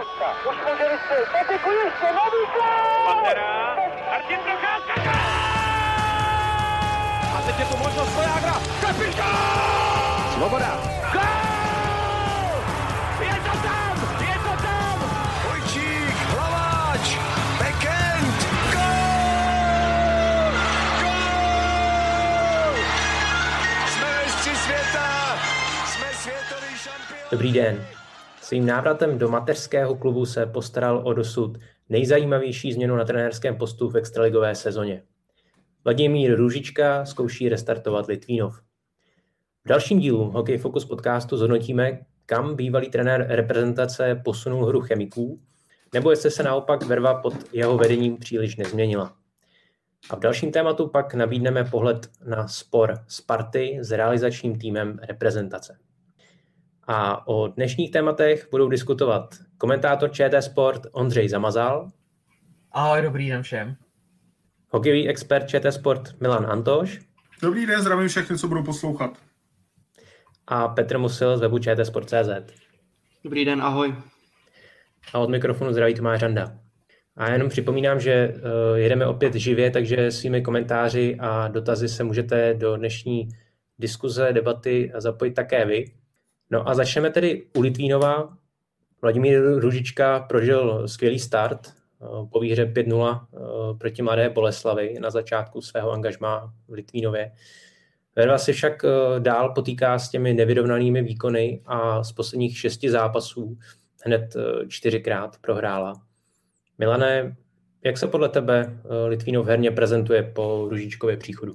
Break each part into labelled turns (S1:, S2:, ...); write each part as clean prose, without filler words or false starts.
S1: Už může vystřelit, Patiku ještě, nový gól!
S2: Pantera, Martin Procházka! A teď je tu možnost Vojágra, kapitán! Svoboda! Gól! Je to tam! Je to tam!
S3: Vojčík, Hlaváč, Bekend, gól! Gól! Jsme mistři světa! Jsme světový šampion!
S4: Dobrý den. Svým návratem do mateřského klubu se postaral o dosud nejzajímavější změnu na trenérském postu v extraligové sezóně. Vladimír Růžička zkouší restartovat Litvínov. V dalším dílu Hokej Focus podcastu zhodnotíme, kam bývalý trenér reprezentace posunul hru chemiků, nebo jestli se naopak verva pod jeho vedením příliš nezměnila. A v dalším tématu pak nabídneme pohled na spor Sparty s realizačním týmem reprezentace. A o dnešních tématech budou diskutovat komentátor ČT Sport Ondřej Zamazal.
S5: Ahoj, dobrý den všem.
S4: Hokejový expert ČT Sport Milan Antoš.
S6: Dobrý den, zdravím všechny, co budou poslouchat.
S4: A Petr Musil z webu čtsport.cz.
S7: Dobrý den, ahoj.
S4: A od mikrofonu zdraví Tomáš Randa. A jenom připomínám, že jedeme opět živě, takže svými komentáři a dotazy se můžete do dnešní diskuze, debaty zapojit také vy. No a začneme tedy u Litvínova. Vladimír Růžička prožil skvělý start po výhře 5-0 proti Mladé Boleslavi na začátku svého angažmá v Litvínově. Verva se však dál potýká s těmi nevyrovnanými výkony a z posledních 6 zápasů hned 4krát prohrála. Milane, jak se podle tebe Litvínov herně prezentuje po Růžičkově příchodu?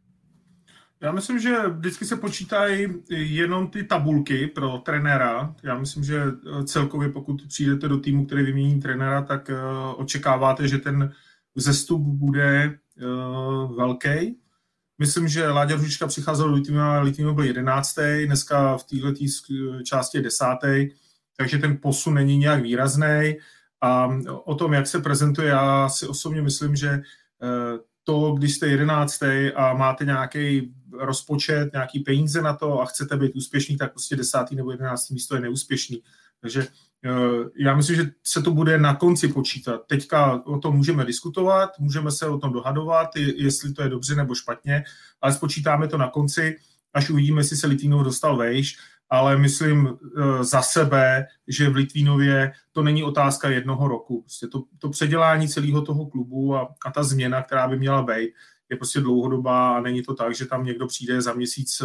S6: Já myslím, že vždycky se počítají jenom ty tabulky pro trenéra. Já myslím, že celkově pokud přijdete do týmu, který vymění trenéra, tak očekáváte, že ten vzestup bude velký. Myslím, že Láďa Růžička přicházel do Litvínova, Litvínov byl 11. Dneska v této části je 10. Takže ten posun není nějak výrazný. A o tom, jak se prezentuje, já si osobně myslím, že to, když jste 11. a máte nějaký rozpočet, nějaký peníze na to a chcete být úspěšný, tak prostě 10. nebo 11. místo je neúspěšný. Takže já myslím, že se to bude na konci počítat. Teďka o tom můžeme diskutovat, můžeme se o tom dohadovat, jestli to je dobře nebo špatně, ale spočítáme to na konci, až uvidíme, jestli se Litvínov dostal vejš, ale myslím za sebe, že v Litvínově to není otázka jednoho roku. Prostě to předělání celého toho klubu a ta změna, která by měla být, je prostě dlouhodobá a není to tak, že tam někdo přijde za měsíc,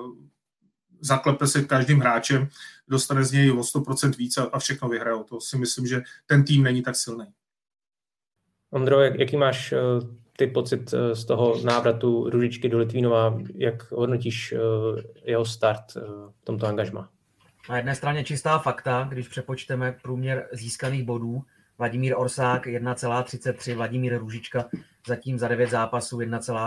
S6: zaklepe se každým hráčem, dostane z něj o 100% víc a všechno vyhrajou. To si myslím, že ten tým není tak silný.
S4: Ondro, jaký máš ty pocit z toho návratu Růžičky do Litvínova? Jak hodnotíš jeho start v tomto angažmá?
S5: Na jedné straně čistá fakta, když přepočteme průměr získaných bodů. Vladimír Orsák 1,33, Vladimír Růžička zatím za 9 zápasů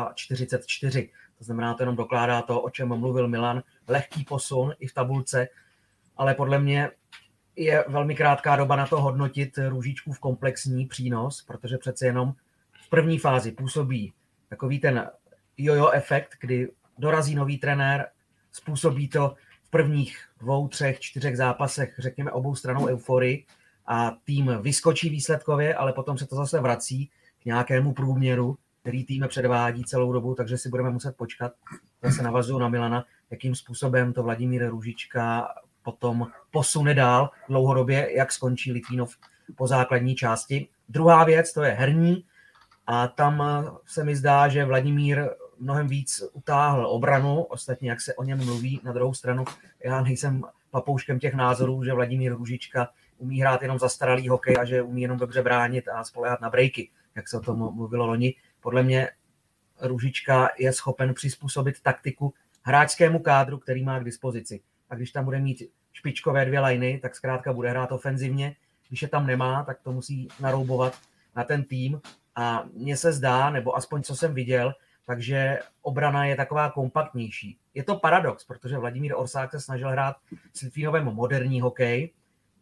S5: 1,44. To znamená, to jenom dokládá to, o čem mluvil Milan. Lehký posun i v tabulce, ale podle mě je velmi krátká doba na to hodnotit Růžičkův komplexní přínos, protože přece jenom v první fázi působí takový ten jojo efekt, kdy dorazí nový trenér, způsobí to v prvních 2, 3, 4 zápasech, řekněme, obou stranou euforii a tým vyskočí výsledkově, ale potom se to zase vrací k nějakému průměru, který tým předvádí celou dobu, takže si budeme muset počkat. Zase navazuju na Milana, jakým způsobem to Vladimír Růžička potom posune dál dlouhodobě, jak skončí Litvínov po základní části. Druhá věc, to je herní, a tam se mi zdá, že Vladimír mnohem víc utáhl obranu, ostatně jak se o něm mluví. Na druhou stranu, já nejsem papouškem těch názorů, že Vladimír Růžička umí hrát jenom zastaralý hokej a že umí jenom dobře bránit a spoléhat na breaky, jak se o tom mluvilo loni. Podle mě Růžička je schopen přizpůsobit taktiku hráčskému kádru, který má k dispozici. A když tam bude mít špičkové 2 liny, tak zkrátka bude hrát ofenzivně. Když je tam nemá, tak to musí naroubovat na ten tým. A mně se zdá, nebo aspoň co jsem viděl, takže obrana je taková kompaktnější. Je to paradox, protože Vladimír Orsák se snažil hrát s Litvínovem moderní hokej.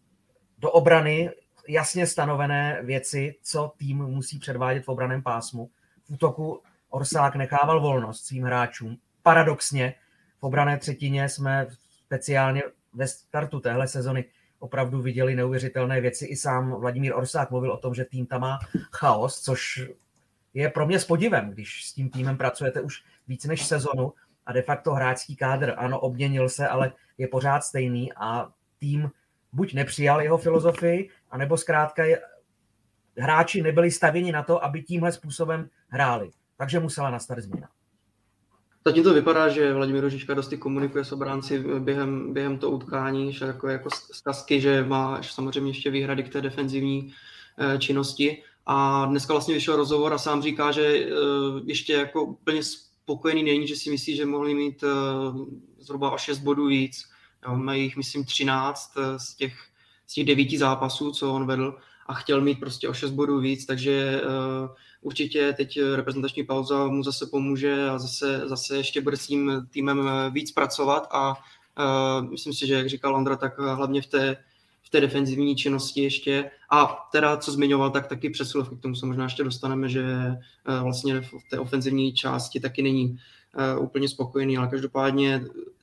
S5: Do obrany jasně stanovené věci, co tým musí předvádět v obranném pásmu. V útoku Orsák nechával volnost svým hráčům. Paradoxně v obranné třetině jsme speciálně ve startu téhle sezony opravdu viděli neuvěřitelné věci. I sám Vladimír Orsák mluvil o tom, že tým tam má chaos, což je pro mě s podivem, když s tím týmem pracujete už víc než sezonu a de facto hráčský kádr, ano, obměnil se, ale je pořád stejný a tým buď nepřijal jeho filozofii, anebo zkrátka hráči nebyli stavěni na to, aby tímhle způsobem hráli. Takže musela nastat změna.
S7: Zatím to vypadá, že Vladimír Růžička dosti komunikuje s obránci během toho utkání, že jako zkazky, že má samozřejmě ještě výhrady k té defenzivní činnosti. A dneska vlastně vyšel rozhovor a sám říká, že ještě jako úplně spokojený není, že si myslí, že mohli mít zhruba o 6 bodů víc. Mají jich, myslím, 13 z těch 9 zápasů, co on vedl, a chtěl mít prostě o 6 bodů víc, takže určitě teď reprezentační pauza mu zase pomůže a zase ještě bude s tím týmem víc pracovat a myslím si, že, jak říkal Ondra, tak hlavně v té defenzivní činnosti ještě. A teda, co zmiňoval, tak taky přesilovky, k tomu se možná ještě dostaneme, že vlastně v té ofenzivní části taky není úplně spokojený, ale každopádně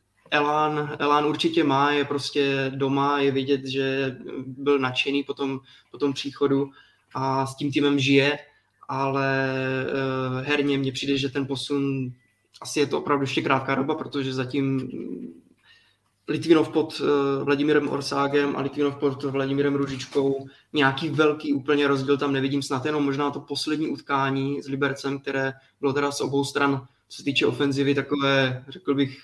S7: Elán určitě má, je prostě doma, je vidět, že byl nadšený po tom příchodu a s tím týmem žije, ale herně mně přijde, že ten posun, asi je to opravdu ještě krátká doba, protože zatím Litvinov pod Vladimírem Orságem a Litvinov pod Vladimírem Růžičkou nějaký velký úplně rozdíl tam nevidím, snad jenom možná to poslední utkání s Libercem, které bylo teda z obou stran, co se týče ofenzivy, takové, řekl bych,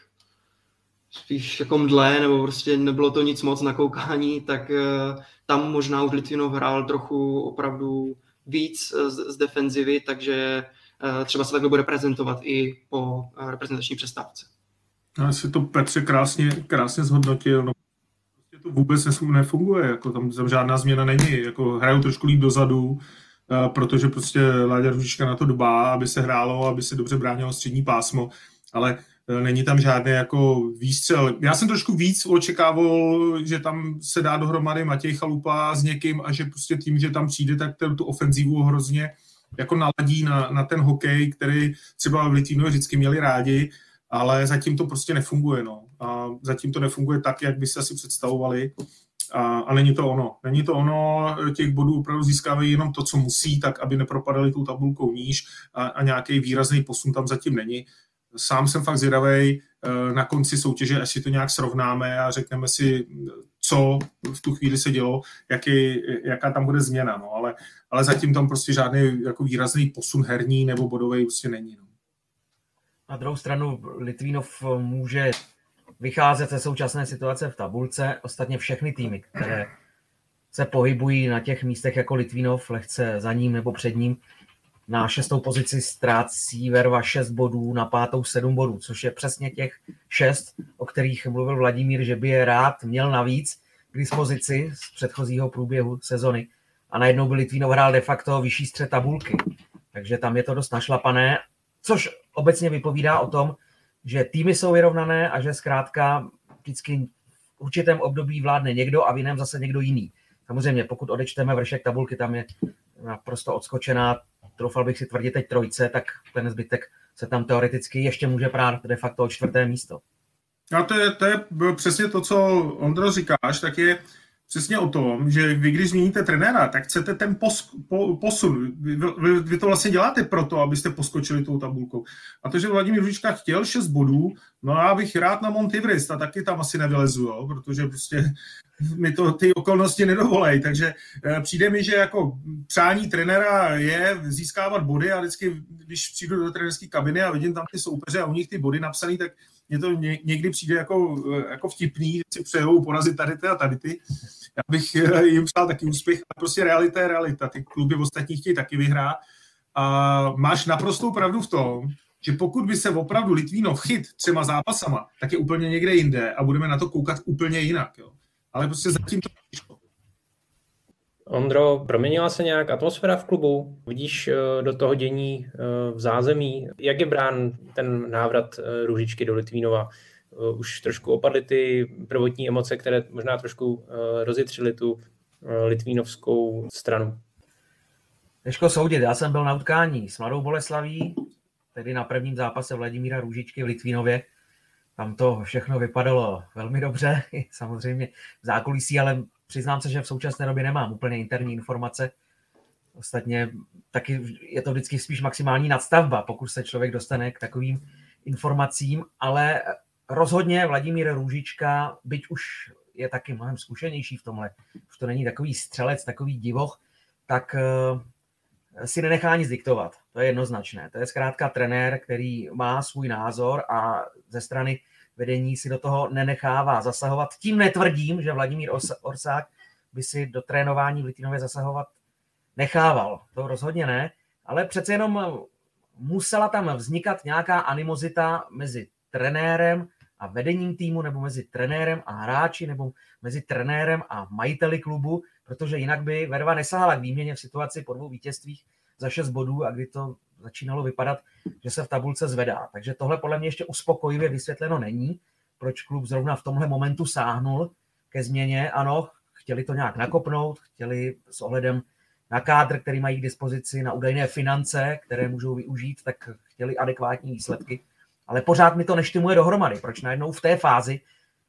S7: spíš jako mdlé, nebo prostě nebylo to nic moc na koukání, tak tam možná už Litvinov hrál trochu opravdu víc z defenzivy, takže třeba se takhle bude prezentovat i po reprezentační přestávce.
S6: Asi to Petře krásně zhodnotil. No, prostě to vůbec nefunguje, jako tam žádná změna není. Jako hrajou trošku líp dozadu, protože prostě Láďa Růžička na to dbá, aby se hrálo, aby se dobře bránilo střední pásmo, ale není tam žádný jako výstřel. Já jsem trošku víc očekával, že tam se dá dohromady Matěj Chalupa s někým a že prostě tím, že tam přijde, tak tu ofenzivu hrozně jako naladí na ten hokej, který třeba v Litvínově vždycky měli rádi, ale zatím to prostě nefunguje. No. A zatím to nefunguje tak, jak by se asi představovali. A není to ono. Není to ono, těch bodů opravdu získávají jenom to, co musí, tak aby nepropadali tou tabulkou níž a nějaký výrazný posun tam zatím není. Sám jsem fakt zvědavej na konci soutěže, až si to nějak srovnáme a řekneme si, co v tu chvíli se dělo, jaká tam bude změna. No. Ale zatím tam prostě žádný jako výrazný posun herní nebo bodový prostě není. No.
S5: Na druhou stranu Litvínov může vycházet ze současné situace v tabulce. Ostatně všechny týmy, které se pohybují na těch místech jako Litvínov, lehce za ním nebo před ním, na 6. pozici ztrácí Verva 6 bodů, na 5. 7 bodů, což je přesně těch 6, o kterých mluvil Vladimír, že by je rád měl navíc k dispozici z předchozího průběhu sezony. A najednou by Litvínov hrál de facto vyšší střed tabulky. Takže tam je to dost našlapané, což obecně vypovídá o tom, že týmy jsou vyrovnané a že zkrátka vždycky v určitém období vládne někdo a v jiném zase někdo jiný. Samozřejmě, pokud odečteme vršek tabulky, tam je naprosto odskočená, troufal bych si tvrdit teď trojce, tak ten zbytek se tam teoreticky ještě může prát de facto o 4. místo.
S6: A to je přesně to, co Ondro říkáš, tak je přesně o tom, že vy, když změníte trenéra, tak chcete ten posun. Vy to vlastně děláte proto, abyste poskočili tou tabulkou. A to, že Vladimír Růžička chtěl 6 bodů, no já bych rád na Mount Everest a taky tam asi nevylezu, jo, protože prostě mi to ty okolnosti nedovolej. Takže přijde mi, že jako přání trenéra je získávat body a vždycky, když přijdu do trenérské kabiny a vidím tam ty soupeře a u nich ty body napsaný, tak mně to někdy přijde jako vtipný, že si přejou porazit tady ty a tady ty. Já bych jim přál taky úspěch, ale prostě realita je realita. Ty kluby ostatní chtějí taky vyhrát. A máš naprostou pravdu v tom, že pokud by se opravdu Litvínov chyt 3 zápasama, tak je úplně někde jinde a budeme na to koukat úplně jinak. Jo. Ale prostě zatím to přišlo.
S4: Ondro, proměnila se nějak atmosféra v klubu? Vidíš do toho dění v zázemí? Jak je brán ten návrat Růžičky do Litvínova? Už trošku opadly ty prvotní emoce, které možná trošku rozjitřily tu litvínovskou stranu.
S5: Těžko soudit. Já jsem byl na utkání s Mladou Boleslaví, tedy na prvním zápase Vladimíra Růžičky v Litvínově. Tam to všechno vypadalo velmi dobře, samozřejmě v zákulisí, ale Přiznám se, že v současné době nemám úplně interní informace. Ostatně taky je to vždycky spíš maximální nadstavba, pokud se člověk dostane k takovým informacím, ale rozhodně Vladimír Růžička, byť už je taky mnohem zkušenější v tomhle, už to není takový střelec, takový divoch, tak si nenechá nic diktovat. To je jednoznačné. To je zkrátka trenér, který má svůj názor a ze strany vedení si do toho nenechává zasahovat. Tím netvrdím, že Vladimír Orsák by si do trénování v Litvínově zasahovat nechával. To rozhodně ne, ale přece jenom musela tam vznikat nějaká animozita mezi trenérem a vedením týmu, nebo mezi trenérem a hráči, nebo mezi trenérem a majiteli klubu, protože jinak by Verva nesahala k výměně v situaci po 2 vítězstvích za 6 bodů a kdy to začínalo vypadat, že se v tabulce zvedá. Takže tohle podle mě ještě uspokojivě vysvětleno není, proč klub zrovna v tomhle momentu sáhnul ke změně. Ano, chtěli to nějak nakopnout, chtěli s ohledem na kádr, který mají k dispozici, na údajné finance, které můžou využít, tak chtěli adekvátní výsledky. Ale pořád mi to neštimuje dohromady. Proč najednou v té fázi,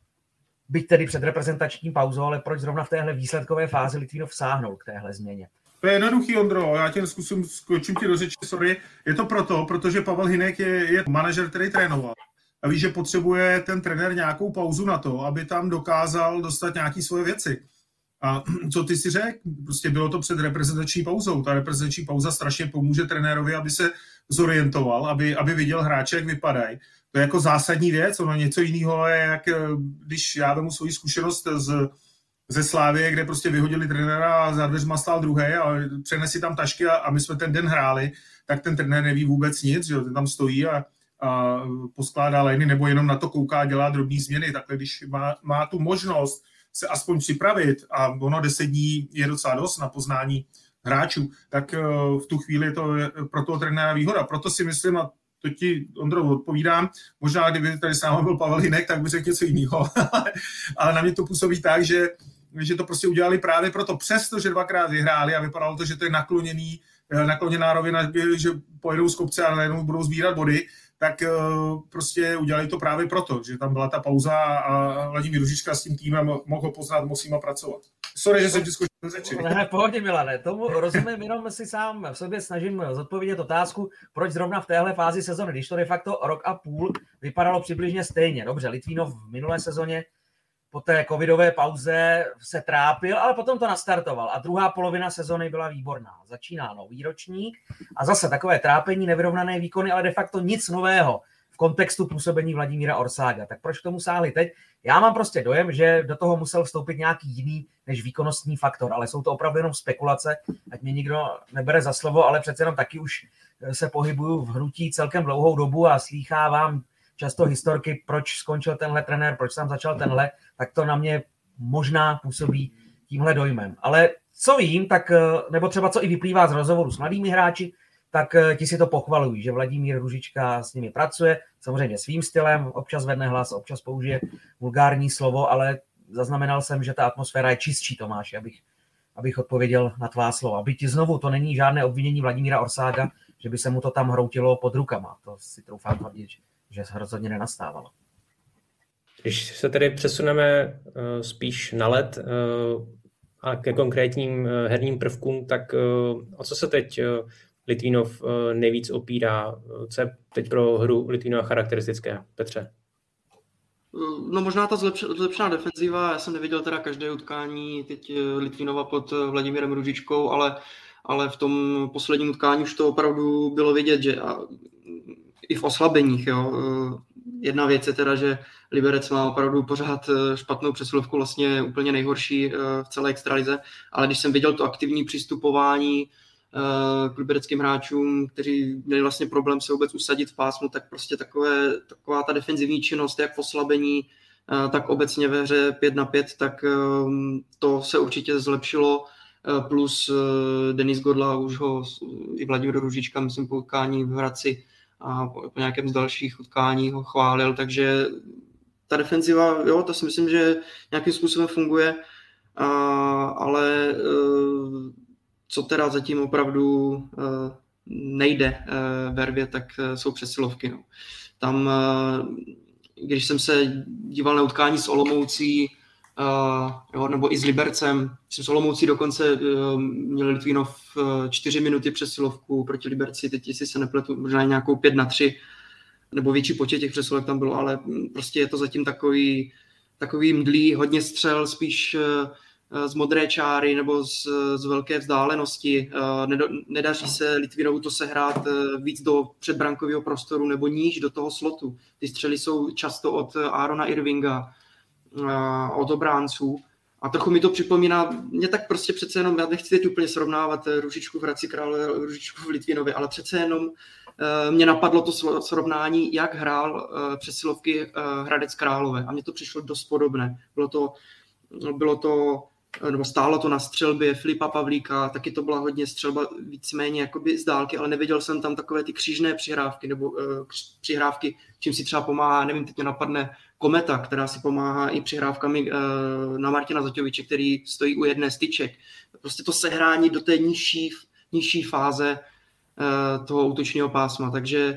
S5: byť tedy před reprezentační pauzou, ale proč zrovna v téhle výsledkové fázi Litvínov sáhnul k téhle změně?
S6: To je jednoduchý, Ondro, já tě skočím ti do řeči, sorry. Je to protože Pavel Hynek je manažer, který trénoval. A ví, že potřebuje ten trenér nějakou pauzu na to, aby tam dokázal dostat nějaké svoje věci. A co ty si řekl? Prostě bylo to před reprezentační pauzou. Ta reprezentační pauza strašně pomůže trenérovi, aby se zorientoval, aby viděl hráče, jak vypadají. To je jako zásadní věc. Ono něco jiného je, jak když já vemu svoji zkušenost ze Slávie, kde prostě vyhodili trenéra a za dveřma stál druhý a přenesli tam tašky a my jsme ten den hráli, tak ten trenér neví vůbec nic, že ten tam stojí a poskládá liny nebo jenom na to kouká a dělá drobný změny. Takhle, když má tu možnost se aspoň připravit a ono 10 dní je docela dost na poznání hráčů, tak v tu chvíli je to pro toho trenéra výhoda. Proto si myslím, a to ti, Ondro, odpovídám, možná kdyby tady s námi byl Pavel Hynek, tak by řekl něco jiného. Ale na mě to působí tak, že to prostě udělali právě proto, přesto, že 2krát vyhráli a vypadalo to, že to je nakloněná rovina, že pojedou z kopce a najednou budou sbírat body, tak prostě udělali to právě proto, že tam byla ta pauza a Vladimír Růžička s tím týmem mohl ho poznat, mohl s nima pracovat. Sorry, že jsem ti skočil do řeči.
S5: Ne, pohodě, Milane, tomu rozumím, jenom si sám v sobě snažím zodpovědět otázku, proč zrovna v téhle fázi sezony, když to de facto rok a půl vypadalo přibližně stejně. Dobře, Litvínov v minulé sezóně po té covidové pauze se trápil, ale potom to nastartoval a druhá polovina sezony byla výborná. Začíná nový ročník a zase takové trápení, nevyrovnané výkony, ale de facto nic nového v kontextu působení Vladimíra Orsága. Tak proč k tomu sáhli teď? Já mám prostě dojem, že do toho musel vstoupit nějaký jiný než výkonnostní faktor, ale jsou to opravdu jenom spekulace, ať mě nikdo nebere za slovo, ale přece jenom taky už se pohybuju v hnutí celkem dlouhou dobu a slýchávám často historky, proč skončil tenhle trenér, proč tam začal tenhle, tak to na mě možná působí tímhle dojmem. Ale co vím, tak, nebo třeba co i vyplývá z rozhovoru s mladými hráči, tak ti si to pochvalují, že Vladimír Růžička s nimi pracuje, samozřejmě svým stylem, občas vedne hlas, občas použije vulgární slovo, ale zaznamenal jsem, že ta atmosféra je čistší, Tomáši, abych odpověděl na tvá slova. Byť znovu to není žádné obvinění Vladimíra Orsága, že by se mu to tam hroutilo pod rukama. To si troufám tvrdit, že se rozhodně nenastávalo.
S4: Když se tedy přesuneme spíš na led a ke konkrétním herním prvkům, tak o co se teď Litvínov nejvíc opírá? Co je teď pro hru Litvínova charakteristické, Petře?
S7: No možná ta zlepšená defenziva, já jsem neviděl teda každé utkání teď Litvínova pod Vladimírem Růžičkou, ale v tom posledním utkání už to opravdu bylo vidět, že i v oslabeních. Jo. Jedna věc je teda, že Liberec má opravdu pořád špatnou přesilovku, vlastně úplně nejhorší v celé extralize, ale když jsem viděl to aktivní přistupování k libereckým hráčům, kteří měli vlastně problém se vůbec usadit v pásmu, tak prostě taková ta defenzivní činnost, jak v oslabení, tak obecně ve hře 5-5, tak to se určitě zlepšilo, plus Denis Godla už ho i Vladimír Růžička, myslím, po utkání v Hradci a po nějakém z dalších utkání ho chválil, takže ta defenziva, jo, to si myslím, že nějakým způsobem funguje, ale co teda zatím opravdu nejde Vervě, tak jsou přesilovky. No. Tam, když jsem se díval na utkání s Olomoucí nebo i s Libercem. S Olomoucí dokonce měl Litvínov 4 minuty přesilovku proti Liberci, teď jestli se nepletu, možná nějakou 5-3, nebo větší počet těch přesilovek tam bylo, ale prostě je to zatím takový mdlý, hodně střel, spíš z modré čáry nebo z velké vzdálenosti. Nedaří se Litvínovu to sehrát víc do předbrankového prostoru nebo níž do toho slotu. Ty střely jsou často od Aarona Irvinga, od obránců. A trochu mi to připomíná, mě tak prostě přece jenom, já nechci teď úplně srovnávat Růžičku v Hradci Králové, Růžičku v Litvínově, ale přece jenom mě napadlo to srovnání, jak hrál přesilovky Hradec Králové. A mně to přišlo dost podobné. Bylo to nebo stálo to na střelbě Filipa Pavlíka, taky to byla hodně střelba víceméně jakoby z dálky, ale neviděl jsem tam takové ty křížné přihrávky nebo přihrávky, čím si třeba pomáhá, nevím, teď mě napadne Kometa, která si pomáhá i přihrávkami na Martina Zaťoviče, který stojí u jedné styček. Prostě to sehrání do té nižší fáze toho útočního pásma, takže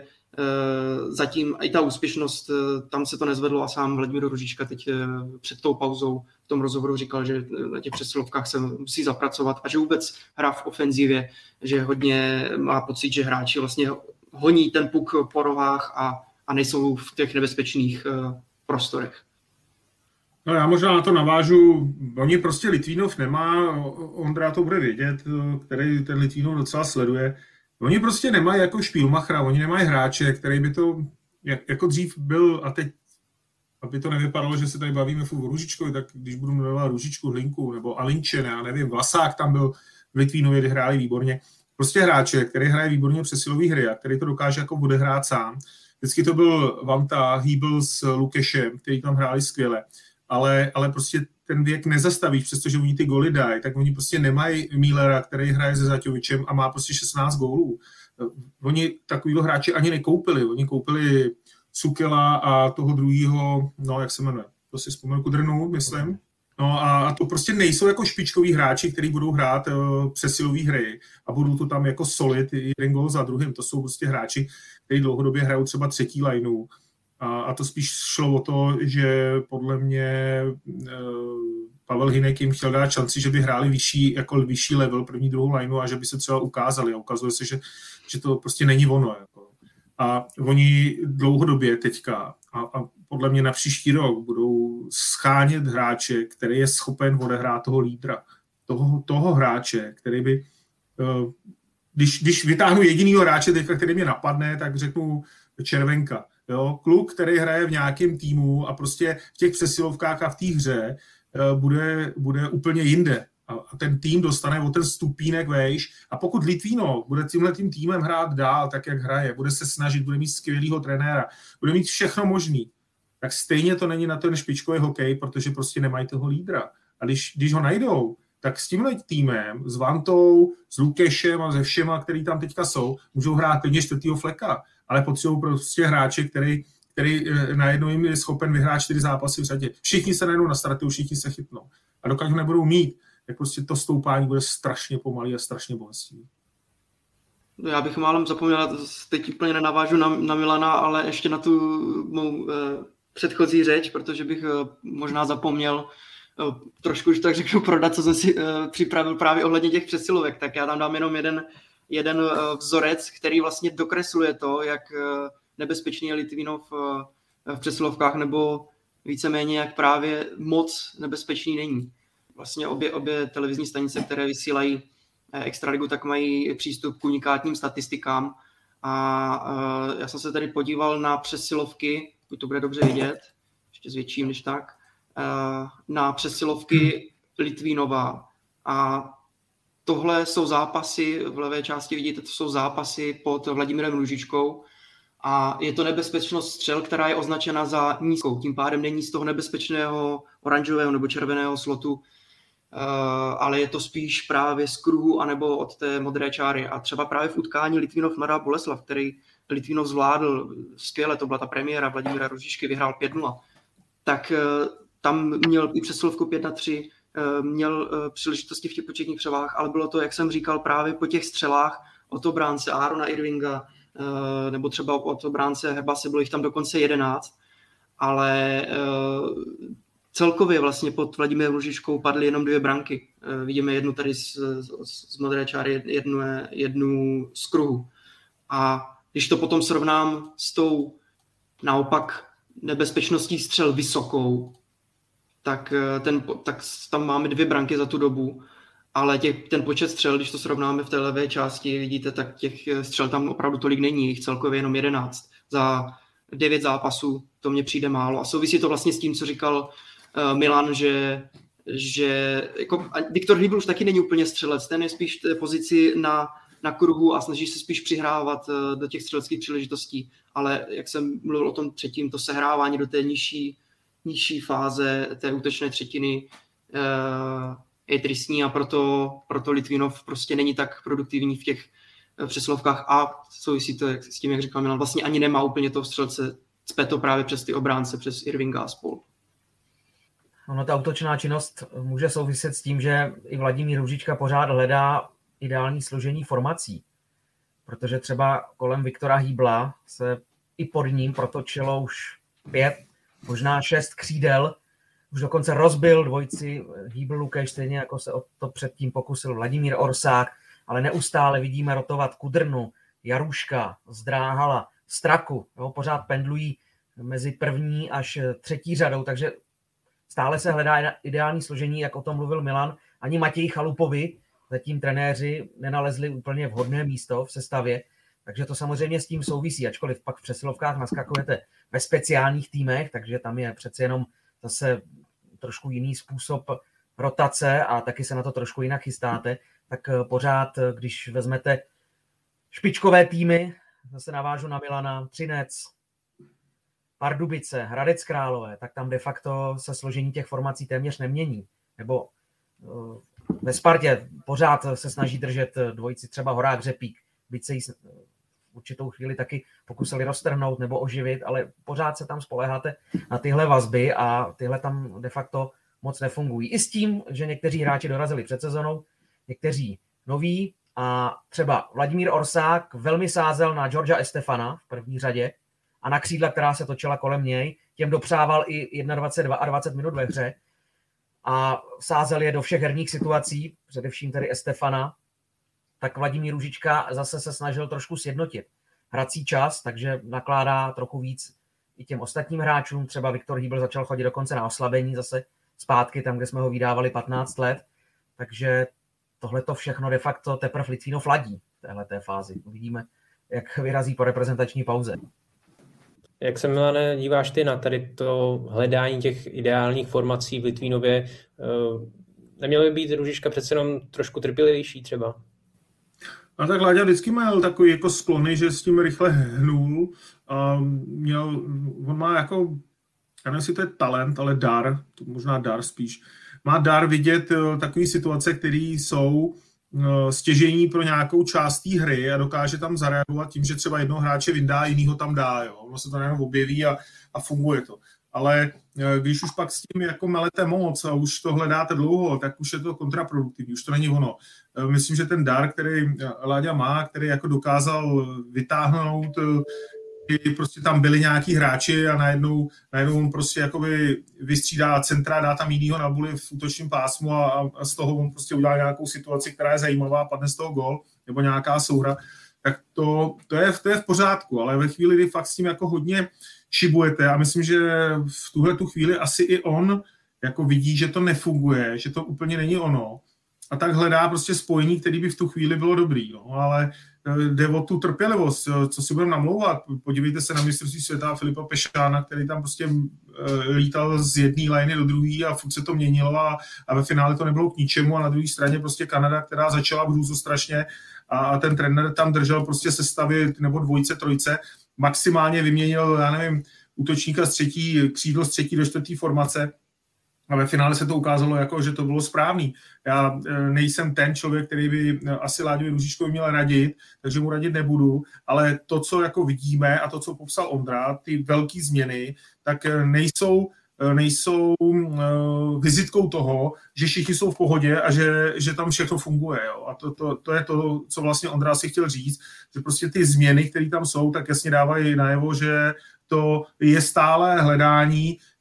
S7: zatím i ta úspěšnost, tam se to nezvedlo a sám Vladimír Růžička teď před tou pauzou v tom rozhovoru říkal, že na těch přesilovkách se musí zapracovat a že vůbec hra v ofenzivě, že hodně má pocit, že hráči vlastně honí ten puk po rohách a nejsou v těch nebezpečných prostorech.
S6: No já možná na to navážu, oni prostě Litvínov nemá, Ondra to bude vědět, který ten Litvínov docela sleduje, oni prostě nemají jako Špílmachra, oni nemají hráče, který by to, jako dřív byl, a teď, aby to nevypadalo, že se tady bavíme o Růžičkovi, tak když budu jmenovat Růžičku, Hlinku, nebo Alinčen, já nevím, Vlasák tam byl v Litvínově, kdy hráli výborně. Prostě hráče, který hraje výborně přesilový hry a který to dokáže jako odehrát sám. Vždycky to byl Vanta, Hýbl s Lukešem, který tam hráli skvěle. Ale prostě ten věk nezastavíš, přestože oni ty goly dají, tak oni prostě nemají Mílera, který hraje se Zaťovičem a má prostě 16 gólů. Oni takovýho hráče ani nekoupili. Oni koupili Cukela a toho druhýho, no jak se jmenuje, to si vzpomenu, Kudrnu, myslím. No a to prostě nejsou jako špičkoví hráči, kteří budou hrát přesilový hry a budou to tam jako solid, jeden gól za druhým. To jsou prostě hráči, kteří dlouhodobě hrajou třeba třetí lineu. A to spíš šlo o to, že podle mě Pavel Hynek jim chtěl dát šanci, že by hráli vyšší level, první, druhou lineu a že by se třeba ukázali. A ukazuje se, že to prostě není ono. Jako. A oni dlouhodobě teďka a podle mě na příští rok budou schánět hráče, který je schopen odehrát toho lídra. Toho hráče, který by... Když vytáhnu jedinýho hráče, teďka, který mě napadne, tak řeknu Červenka. Jo? Kluk, který hraje v nějakém týmu a prostě v těch přesilovkách a v té hře bude úplně jinde. A ten tým dostane o ten stupínek vejš. A pokud Litvínov bude tímhletím týmem hrát dál, tak jak hraje, bude se snažit, bude mít skvělýho trenéra, bude mít všechno možný, tak stejně to není na ten špičkový hokej, protože prostě nemají toho lídra. A když ho najdou, tak s tímhle týmem, s Vantou, s Lukešem a se všema, který tam teďka jsou, můžou hrát klidně čtvrtýho fleka, ale potřebují prostě hráče, který najednou jim je schopen vyhrát 4 zápasy v řadě. Všichni se najednou nastartují, všichni se chytnou. A dokud ho nebudou mít, tak prostě to stoupání bude strašně pomalý a strašně bolestivý.
S7: Já bych málem zapomněl, teď úplně nenavážu na Milana, ale ještě na tu mou předchozí řeč, protože bych možná zapomněl trošku, už tak řeknu, prodat, co jsem si připravil právě ohledně těch přesilovek. Tak já tam dám jenom jeden vzorec, který vlastně dokresluje to, jak nebezpečný je Litvínov v přesilovkách, nebo víceméně jak právě moc nebezpečný není. Vlastně obě televizní stanice, které vysílají Extraligu, tak mají přístup k unikátním statistikám a já jsem se tady podíval na přesilovky, pokud to bude dobře vidět, ještě zvětším než tak, na přesilovky Litvínova a tohle jsou zápasy, v levé části vidíte, to jsou zápasy pod Vladimírem Růžičkou a je to nebezpečnost střel, která je označena za nízkou, tím pádem není z toho nebezpečného oranžového nebo červeného slotu, ale je to spíš právě z kruhu anebo od té modré čáry. A třeba právě v utkání Litvínov-Mladá Boleslav, který Litvínov zvládl skvěle, to byla ta premiéra Vladimíra Růžičky, vyhrál 5-0, tak tam měl i přesilovku 5-3, měl příležitosti v těch početních převách, ale bylo to, jak jsem říkal, právě po těch střelách od obránce Aarona Irvinga, nebo třeba od obránce Hebase, bylo jich tam dokonce 11, ale celkově vlastně pod Vladimírem Růžičkou padly jenom 2 branky. Vidíme jednu tady z modré čáry, jednu z kruhu. A když to potom srovnám s tou naopak nebezpečností střel vysokou, tak tam máme 2 branky za tu dobu, ale ten počet střel, když to srovnáme v té levé části, vidíte, tak těch střel tam opravdu tolik není, jich celkově jenom 11. Za 9 zápasů to mně přijde málo. A souvisí to vlastně s tím, co říkal Milan, že jako Viktor Hýbl už taky není úplně střelec, ten je spíš v pozici na kruhu a snaží se spíš přihrávat do těch střeleckých příležitostí, ale jak jsem mluvil o tom předtím, to sehrávání do té nižší fáze té útočné třetiny je tristní a proto Litvinov prostě není tak produktivní v těch přesilovkách a souvisí to s tím, jak říkal Milan, vlastně ani nemá úplně toho střelce, cpe to právě přes ty obránce, přes Irvinga a spol.
S5: Ono, ta útočná činnost může souviset s tím, že i Vladimír Růžička pořád hledá ideální složení formací, protože třeba kolem Viktora Hýbla se i pod ním protočilo už 5, možná 6 křídel, už dokonce rozbil dvojici Hýbl-Lukeš, stejně jako se o to předtím pokusil Vladimír Orsák, ale neustále vidíme rotovat Kudrnu, Jaruška, Zdráhala, Straku, jo, pořád pendlují mezi první až třetí řadou, takže stále se hledá ideální složení, jak o tom mluvil Milan. Ani Matěji Chalupovi zatím trenéři nenalezli úplně vhodné místo v sestavě, takže to samozřejmě s tím souvisí, ačkoliv pak v přesilovkách naskakujete ve speciálních týmech, takže tam je přece jenom zase trošku jiný způsob rotace a taky se na to trošku jinak chystáte, tak pořád, když vezmete špičkové týmy, zase navážu na Milana, Třinec, Pardubice, Hradec Králové, tak tam de facto se složení těch formací téměř nemění. Nebo ve Spartě pořád se snaží držet dvojici třeba Horák Řepík, byť se jí v určitou chvíli taky pokusili roztrhnout nebo oživit, ale pořád se tam spoléháte na tyhle vazby a tyhle tam de facto moc nefungují. I s tím, že někteří hráči dorazili před sezónou, někteří noví a třeba Vladimír Orsák velmi sázel na Georgia Estefana v první řadě a na křídla, která se točila kolem něj, těm dopřával i 21 a 20 minut ve hře a sázel je do všech herních situací, především tedy Estefana, tak Vladimír Růžička zase se snažil trošku sjednotit hrací čas, takže nakládá trochu víc i těm ostatním hráčům. Třeba Viktor Hýbl začal chodit dokonce na oslabení zase zpátky, tam, kde jsme ho vydávali 15 let. Takže tohle to všechno de facto teprve Litvinov ladí v téhleté fázi. Uvidíme, jak vyrazí po reprezentační pauze.
S4: Jak se, Milane, díváš ty na tady to hledání těch ideálních formací v Litvínově? Neměl by být Růžička přece jenom trošku trpělivější třeba?
S6: A tak Láďa vždycky měl takový jako sklony, že s tím rychle hnul. On má jako, já nevím, jestli to je talent, ale dar, to možná dar spíš. Má dar vidět takové situace, které jsou stěžejní pro nějakou část té hry a dokáže tam zareagovat tím, že třeba jednoho hráče vyndá, jinýho tam dá. Jo. Ono se to jenom objeví a funguje to. Ale když už pak s tím jako melete moc a už to hledáte dlouho, tak už je to kontraproduktivní, už to není ono. Myslím, že ten dar, který Láďa má, který jako dokázal vytáhnout, prostě tam byli nějaký hráči a najednou on prostě jakoby vystřídá centra, dá tam jinýho na buli v útočním pásmu a z toho on prostě udělá nějakou situaci, která je zajímavá, padne z toho gól nebo nějaká souhra, tak to je v pořádku, ale ve chvíli, kdy fakt s tím jako hodně šibujete a myslím, že v tuhle tu chvíli asi i on jako vidí, že to nefunguje, že to úplně není ono a tak hledá prostě spojení, který by v tu chvíli bylo dobrý, no, ale jde o tu trpělivost, co si budeme namlouvat. Podívejte se na mistrovství světa Filipa Pešána, který tam prostě lítal z jedné liney do druhé a furt se to měnilo a ve finále to nebylo k ničemu a na druhé straně prostě Kanada, která začala hrůzu strašně a ten trenér tam držel prostě sestavy nebo dvojce, trojce, maximálně vyměnil, já nevím, útočníka z třetí, křídlo z třetí do čtvrtý formace. A ve finále se to ukázalo, jako, že to bylo správný. Já nejsem ten člověk, který by asi Láďovi Růžičkovi měl radit, takže mu radit nebudu, ale to, co jako vidíme a to, co popsal Ondra, ty velké změny, tak nejsou vizitkou toho, že všichni jsou v pohodě a že tam všechno funguje. Jo. A to je to, co vlastně Ondra si chtěl říct, že prostě ty změny, které tam jsou, tak jasně dávají najevo, že to je stále hledání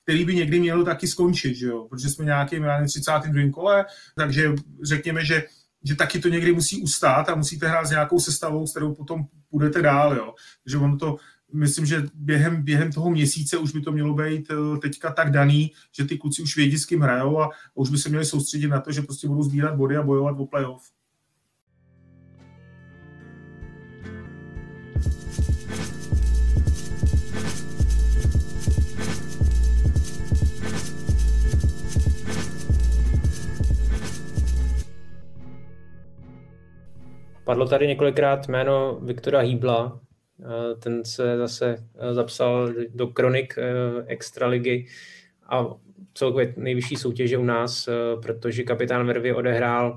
S6: který by někdy mělo taky skončit, že jo? Protože jsme nějakým 32. kole, takže řekněme, že taky to někdy musí ustát a musíte hrát s nějakou sestavou, s kterou potom půjdete dál, jo? Takže ono to, myslím, že během toho měsíce už by to mělo být teďka tak daný, že ty kluci už vědí, s kým hrajou a už by se měli soustředit na to, že prostě budou sbírat body a bojovat o playoff.
S4: Padlo tady několikrát jméno Viktora Hýbla, ten se zase zapsal do kronik extraligy a celkově nejvyšší soutěže u nás, protože kapitán Vervy odehrál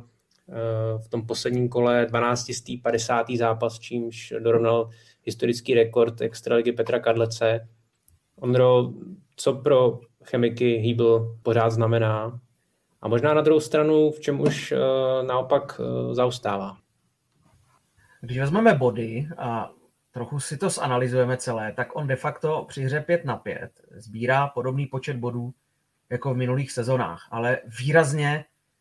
S4: v tom posledním kole 12. 50. zápas, čímž dorovnal historický rekord extraligy Petra Kadlece. Ondro, co pro chemiky Hýbl pořád znamená? A možná na druhou stranu, v čem už naopak zaostává?
S5: Když vezmeme body a trochu si to zanalyzujeme celé, tak on de facto při hře 5-5 sbírá podobný počet bodů jako v minulých sezonách, ale výrazně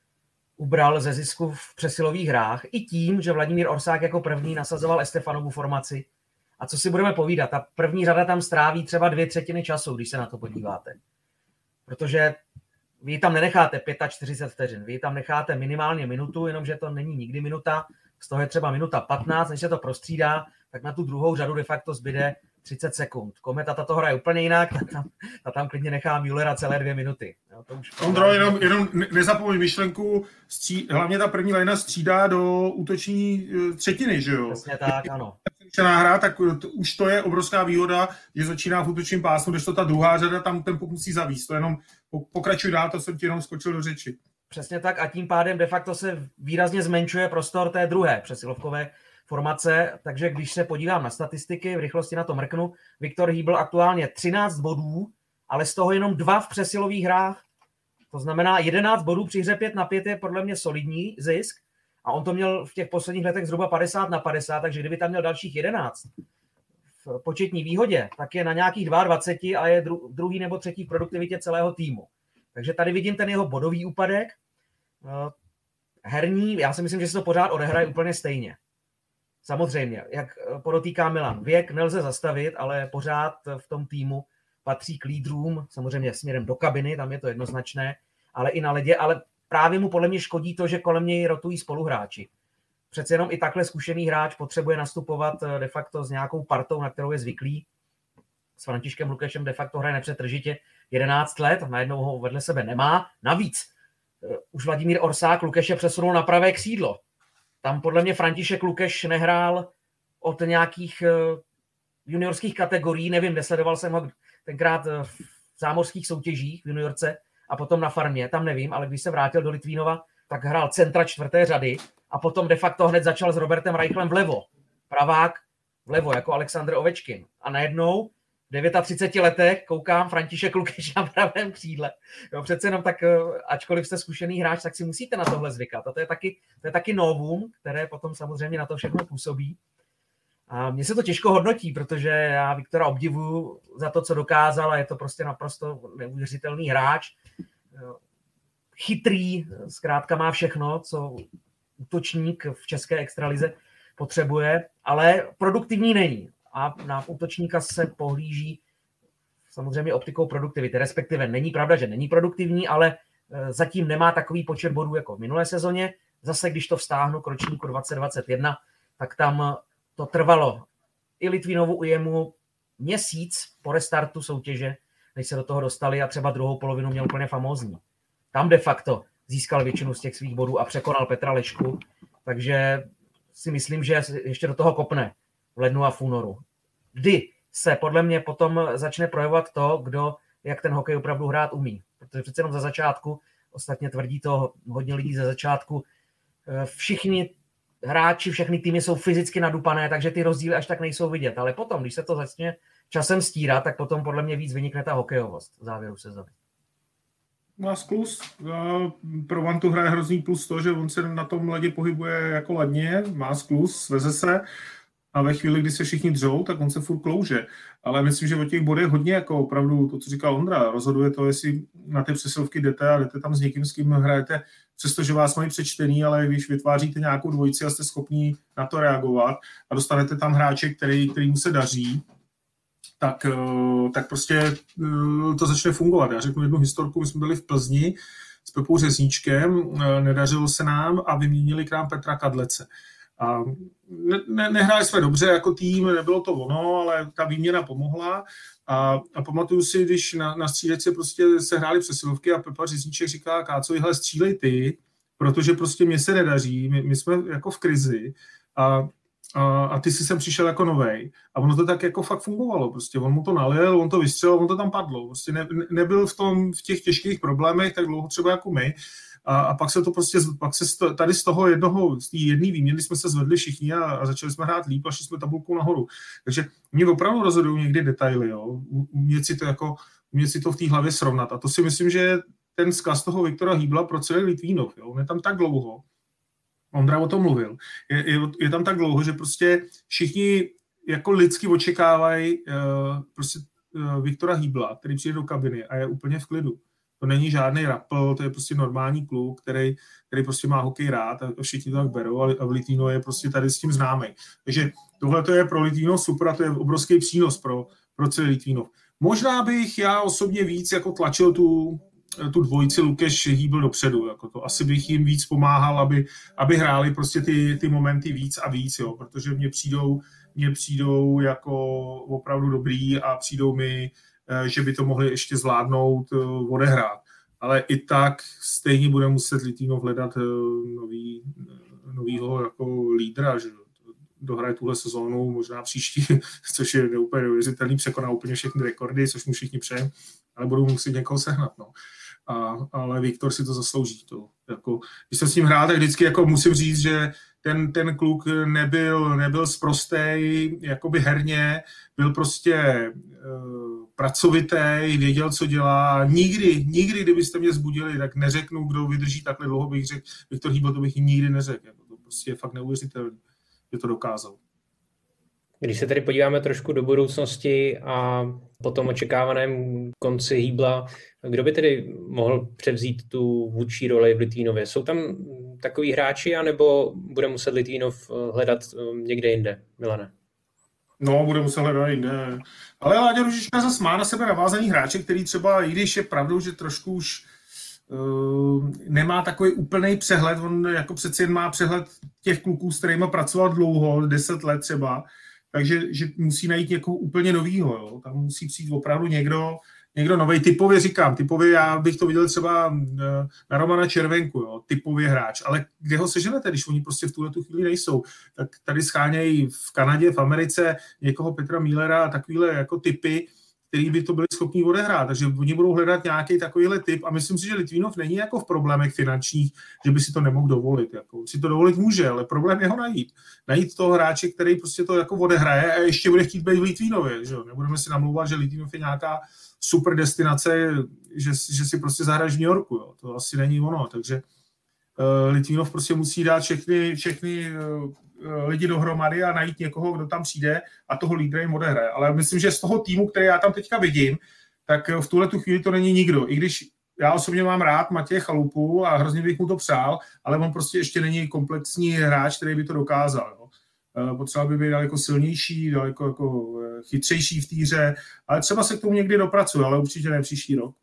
S5: ubral ze zisku v přesilových hrách i tím, že Vladimír Orsák jako první nasazoval Estefanovu formaci. A co si budeme povídat, ta první řada tam stráví třeba 2/3 času, když se na to podíváte. Protože vy tam nenecháte 45 vteřin, vy tam necháte minimálně minutu, jenomže to není nikdy minuta, z toho je třeba minuta 15, než se to prostřídá, tak na tu druhou řadu de facto zbyde 30 sekund. Kometa to hraje úplně jinak, ta tam klidně nechá Müllera celé 2 minuty. Jo, to už
S6: Ondro, jenom nezapomeň myšlenku, hlavně ta první lajna střídá do útoční třetiny, že jo?
S5: Přesně tak, ano.
S6: Hra, tak už to je obrovská výhoda, že začíná v útočním pásmu, když to ta druhá řada tam tempo musí zavíst. To jenom pokračuj dál, to jsem ti jenom skočil do řeči.
S5: Přesně tak a tím pádem de facto se výrazně zmenšuje prostor té druhé přesilovkové formace, takže když se podívám na statistiky, v rychlosti na to mrknu, Viktor Hýbl aktuálně 13 bodů, ale z toho jenom 2 v přesilových hrách. To znamená 11 bodů při hře 5-5 je podle mě solidní zisk a on to měl v těch posledních letech zhruba 50/50, takže kdyby tam měl dalších 11 v početní výhodě, tak je na nějakých 22 a je druhý nebo třetí v produktivitě celého týmu. Takže tady vidím ten jeho bodový úpadek. Herní, já si myslím, že se to pořád odehraje úplně stejně. Samozřejmě, jak podotýká Milan, věk nelze zastavit, ale pořád v tom týmu patří k lídrům, samozřejmě směrem do kabiny, tam je to jednoznačné, ale i na ledě, ale právě mu podle mě škodí to, že kolem něj rotují spoluhráči. Přece jenom i takhle zkušený hráč potřebuje nastupovat de facto s nějakou partou, na kterou je zvyklý. S Františkem Lukešem de facto hraje nepřetržitě 11 let, najednou ho vedle sebe nemá. Navíc už Vladimír Orsák Lukeše přesunul na pravé křídlo. Tam podle mě František Lukeš nehrál od nějakých juniorských kategorií, nevím, nesledoval jsem ho tenkrát v zámořských soutěžích v juniorce a potom na farmě, tam nevím, ale když se vrátil do Litvínova, tak hrál centra 4. řady a potom de facto hned začal s Robertem Reichlem vlevo. Pravák vlevo, jako Aleksandr Ovečkin. A najednou v 39 letech koukám František Lukeš na pravém křídle. Jo, přece jenom tak, ačkoliv jste zkušený hráč, tak si musíte na tohle zvykat. A to je taky novum, které potom samozřejmě na to všechno působí. A mně se to těžko hodnotí, protože já Viktora obdivuju za to, co dokázal a je to prostě naprosto neuvěřitelný hráč. Chytrý, zkrátka má všechno, co útočník v české extralize potřebuje, ale produktivní není. A na útočníka se pohlíží samozřejmě optikou produktivity, respektive není pravda, že není produktivní, ale zatím nemá takový počet bodů jako v minulé sezóně. Zase, když to vztáhnu k ročníku 2021, tak tam to trvalo i Litvínovu i jemu měsíc po restartu soutěže, než se do toho dostali a třeba druhou polovinu měl úplně famózní. Tam de facto získal většinu z těch svých bodů a překonal Petra Lešku, takže si myslím, že ještě do toho kopne v lednu a v únoru. Kdy se podle mě potom začne projevovat to, kdo jak ten hokej opravdu hrát umí. Protože přece jenom za začátku, ostatně tvrdí to hodně lidí za začátku, všichni hráči, všechny týmy jsou fyzicky nadupané, takže ty rozdíly až tak nejsou vidět. Ale potom, když se to začne časem stírat, tak potom podle mě víc vynikne ta hokejovost v závěru sezóny.
S6: Má sklus. Pro Vantu hraje hrozný plus to, že on se na tom ledě pohybuje jako ladně, má sklus, sveze se a ve chvíli, kdy se všichni dřou, tak on se furt klouže. Ale myslím, že o těch bodech hodně jako opravdu, to, co říkal Ondra, rozhoduje to, jestli na ty přesilovky jdete a jdete tam s někým, s kým hrajete, přestože vás mají přečtený, ale když vytváříte nějakou dvojici a jste schopní na to reagovat a dostanete tam hráče, kterým se daří, tak prostě to začne fungovat. Já řeknu jednu historku, my jsme byli v Plzni s Pepou Řezníčkem, nedařilo se nám a vyměnili k nám Petra Kadlece. A nehráli jsme dobře jako tým, nebylo to ono, ale ta výměna pomohla a pamatuju si, když na střídačce prostě se hrály přesilovky a Pepa Řezníček říká, Káco, hele, střílej ty, protože prostě mě se nedaří, my jsme jako v krizi a ty si sem přišel jako novej. A ono to tak jako fakt fungovalo. Prostě on mu to nalil, on to vystřelil, on to tam padlo. Prostě nebyl v těch těžkých problémech tak dlouho třeba jako my. A pak se to prostě, tady z toho z té jedné výměny jsme se zvedli všichni a začali jsme hrát líp a šli jsme tabulkou nahoru. Takže mě opravdu rozhodují někdy detaily, jo. Umět si to v té hlavě srovnat. A to si myslím, že je ten vzkaz toho Viktora Hýbla pro celý Litvínov. Jo. On je tam tak dlouho, Ondra o tom mluvil, je tam tak dlouho, že prostě všichni jako lidsky očekávají prostě Viktora Hýbla, který přijde do kabiny a je úplně v klidu. To není žádný rapl, to je prostě normální kluk, který prostě má hokej rád a všichni to tak berou a v Litvínov je prostě tady s tím známý. Takže tohle to je pro Litvínov super a to je obrovský přínos pro celý Litvínov. Možná bych já osobně víc jako tlačil tu dvojici Lukeš Hýbl dopředu. Jako to. Asi bych jim víc pomáhal, aby hráli prostě ty momenty víc a víc, jo, protože mě přijdou jako opravdu dobrý a přijdou mi, že by to mohli ještě zvládnout, odehrát. Ale i tak stejně bude muset Litvínov hledat novýho jako lídra, že dohraje tuhle sezónu, možná příští, což je úplně neuvěřitelný, překoná úplně všechny rekordy, což mu všichni přejeme, ale budou muset někoho sehnat. No. Ale Viktor si to zaslouží. To, jako, když jsem s ním hrál, tak vždycky jako musím říct, že ten kluk nebyl sprostej, jakoby herně, byl prostě pracovitý, věděl, co dělá. Nikdy, kdybyste mě zbudili, tak neřeknu, kdo vydrží takhle dlouho, bych řekl, Viktor Hýbl, to bych nikdy neřekl. Jako, to prostě je fakt neuvěřitelné, že to dokázal.
S4: Když se tedy podíváme trošku do budoucnosti a po tom očekávaném konci Hýbla, kdo by tedy mohl převzít tu vůdčí roli v Litvínově? Jsou tam takový hráči, anebo bude muset Litvínov hledat někde jinde, Milane?
S6: No, bude muset hledat jinde. Ale Láďa Růžička zase má na sebe navázaný hráče, který třeba, i když je pravdou, že trošku už nemá takový úplný přehled, on jako přeci jen má přehled těch kluků, s kterými pracoval dlouho, 10 let třeba, takže že musí najít někoho úplně novýho, jo. Tam musí přijít opravdu někdo novej. Typově já bych to viděl třeba na Romana Červenku, jo, typově hráč, ale kde ho seženete, když oni prostě v tuhletu chvíli nejsou, tak tady schánějí v Kanadě, v Americe někoho Petra Müllera a takovýhle jako typy, který by to byli schopní odehrát, takže oni budou hledat nějaký takovýhle typ a myslím si, že Litvínov není jako v problémech finančních, že by si to nemohl dovolit. Jako. Si to dovolit může, ale problém je ho najít. Najít toho hráče, který prostě to jako odehraje a ještě bude chtít být v Litvínově. Že? Nebudeme si namlouvat, že Litvínov je nějaká super destinace, že si prostě zahraš v New Yorku. Jo. To asi není ono, takže Litvínov prostě musí dát všechny lidi dohromady a najít někoho, kdo tam přijde a toho lídra jim odehraje. Ale myslím, že z toho týmu, který já tam teďka vidím, tak v tuhle tu chvíli to není nikdo. I když já osobně mám rád Matěje Chalupu a hrozně bych mu to přál, ale on prostě ještě není komplexní hráč, který by to dokázal. Jo. Potřeba by být daleko silnější, daleko jako chytřejší v týře, ale třeba se k tomu někdy dopracuje, ale určitě ne příští rok.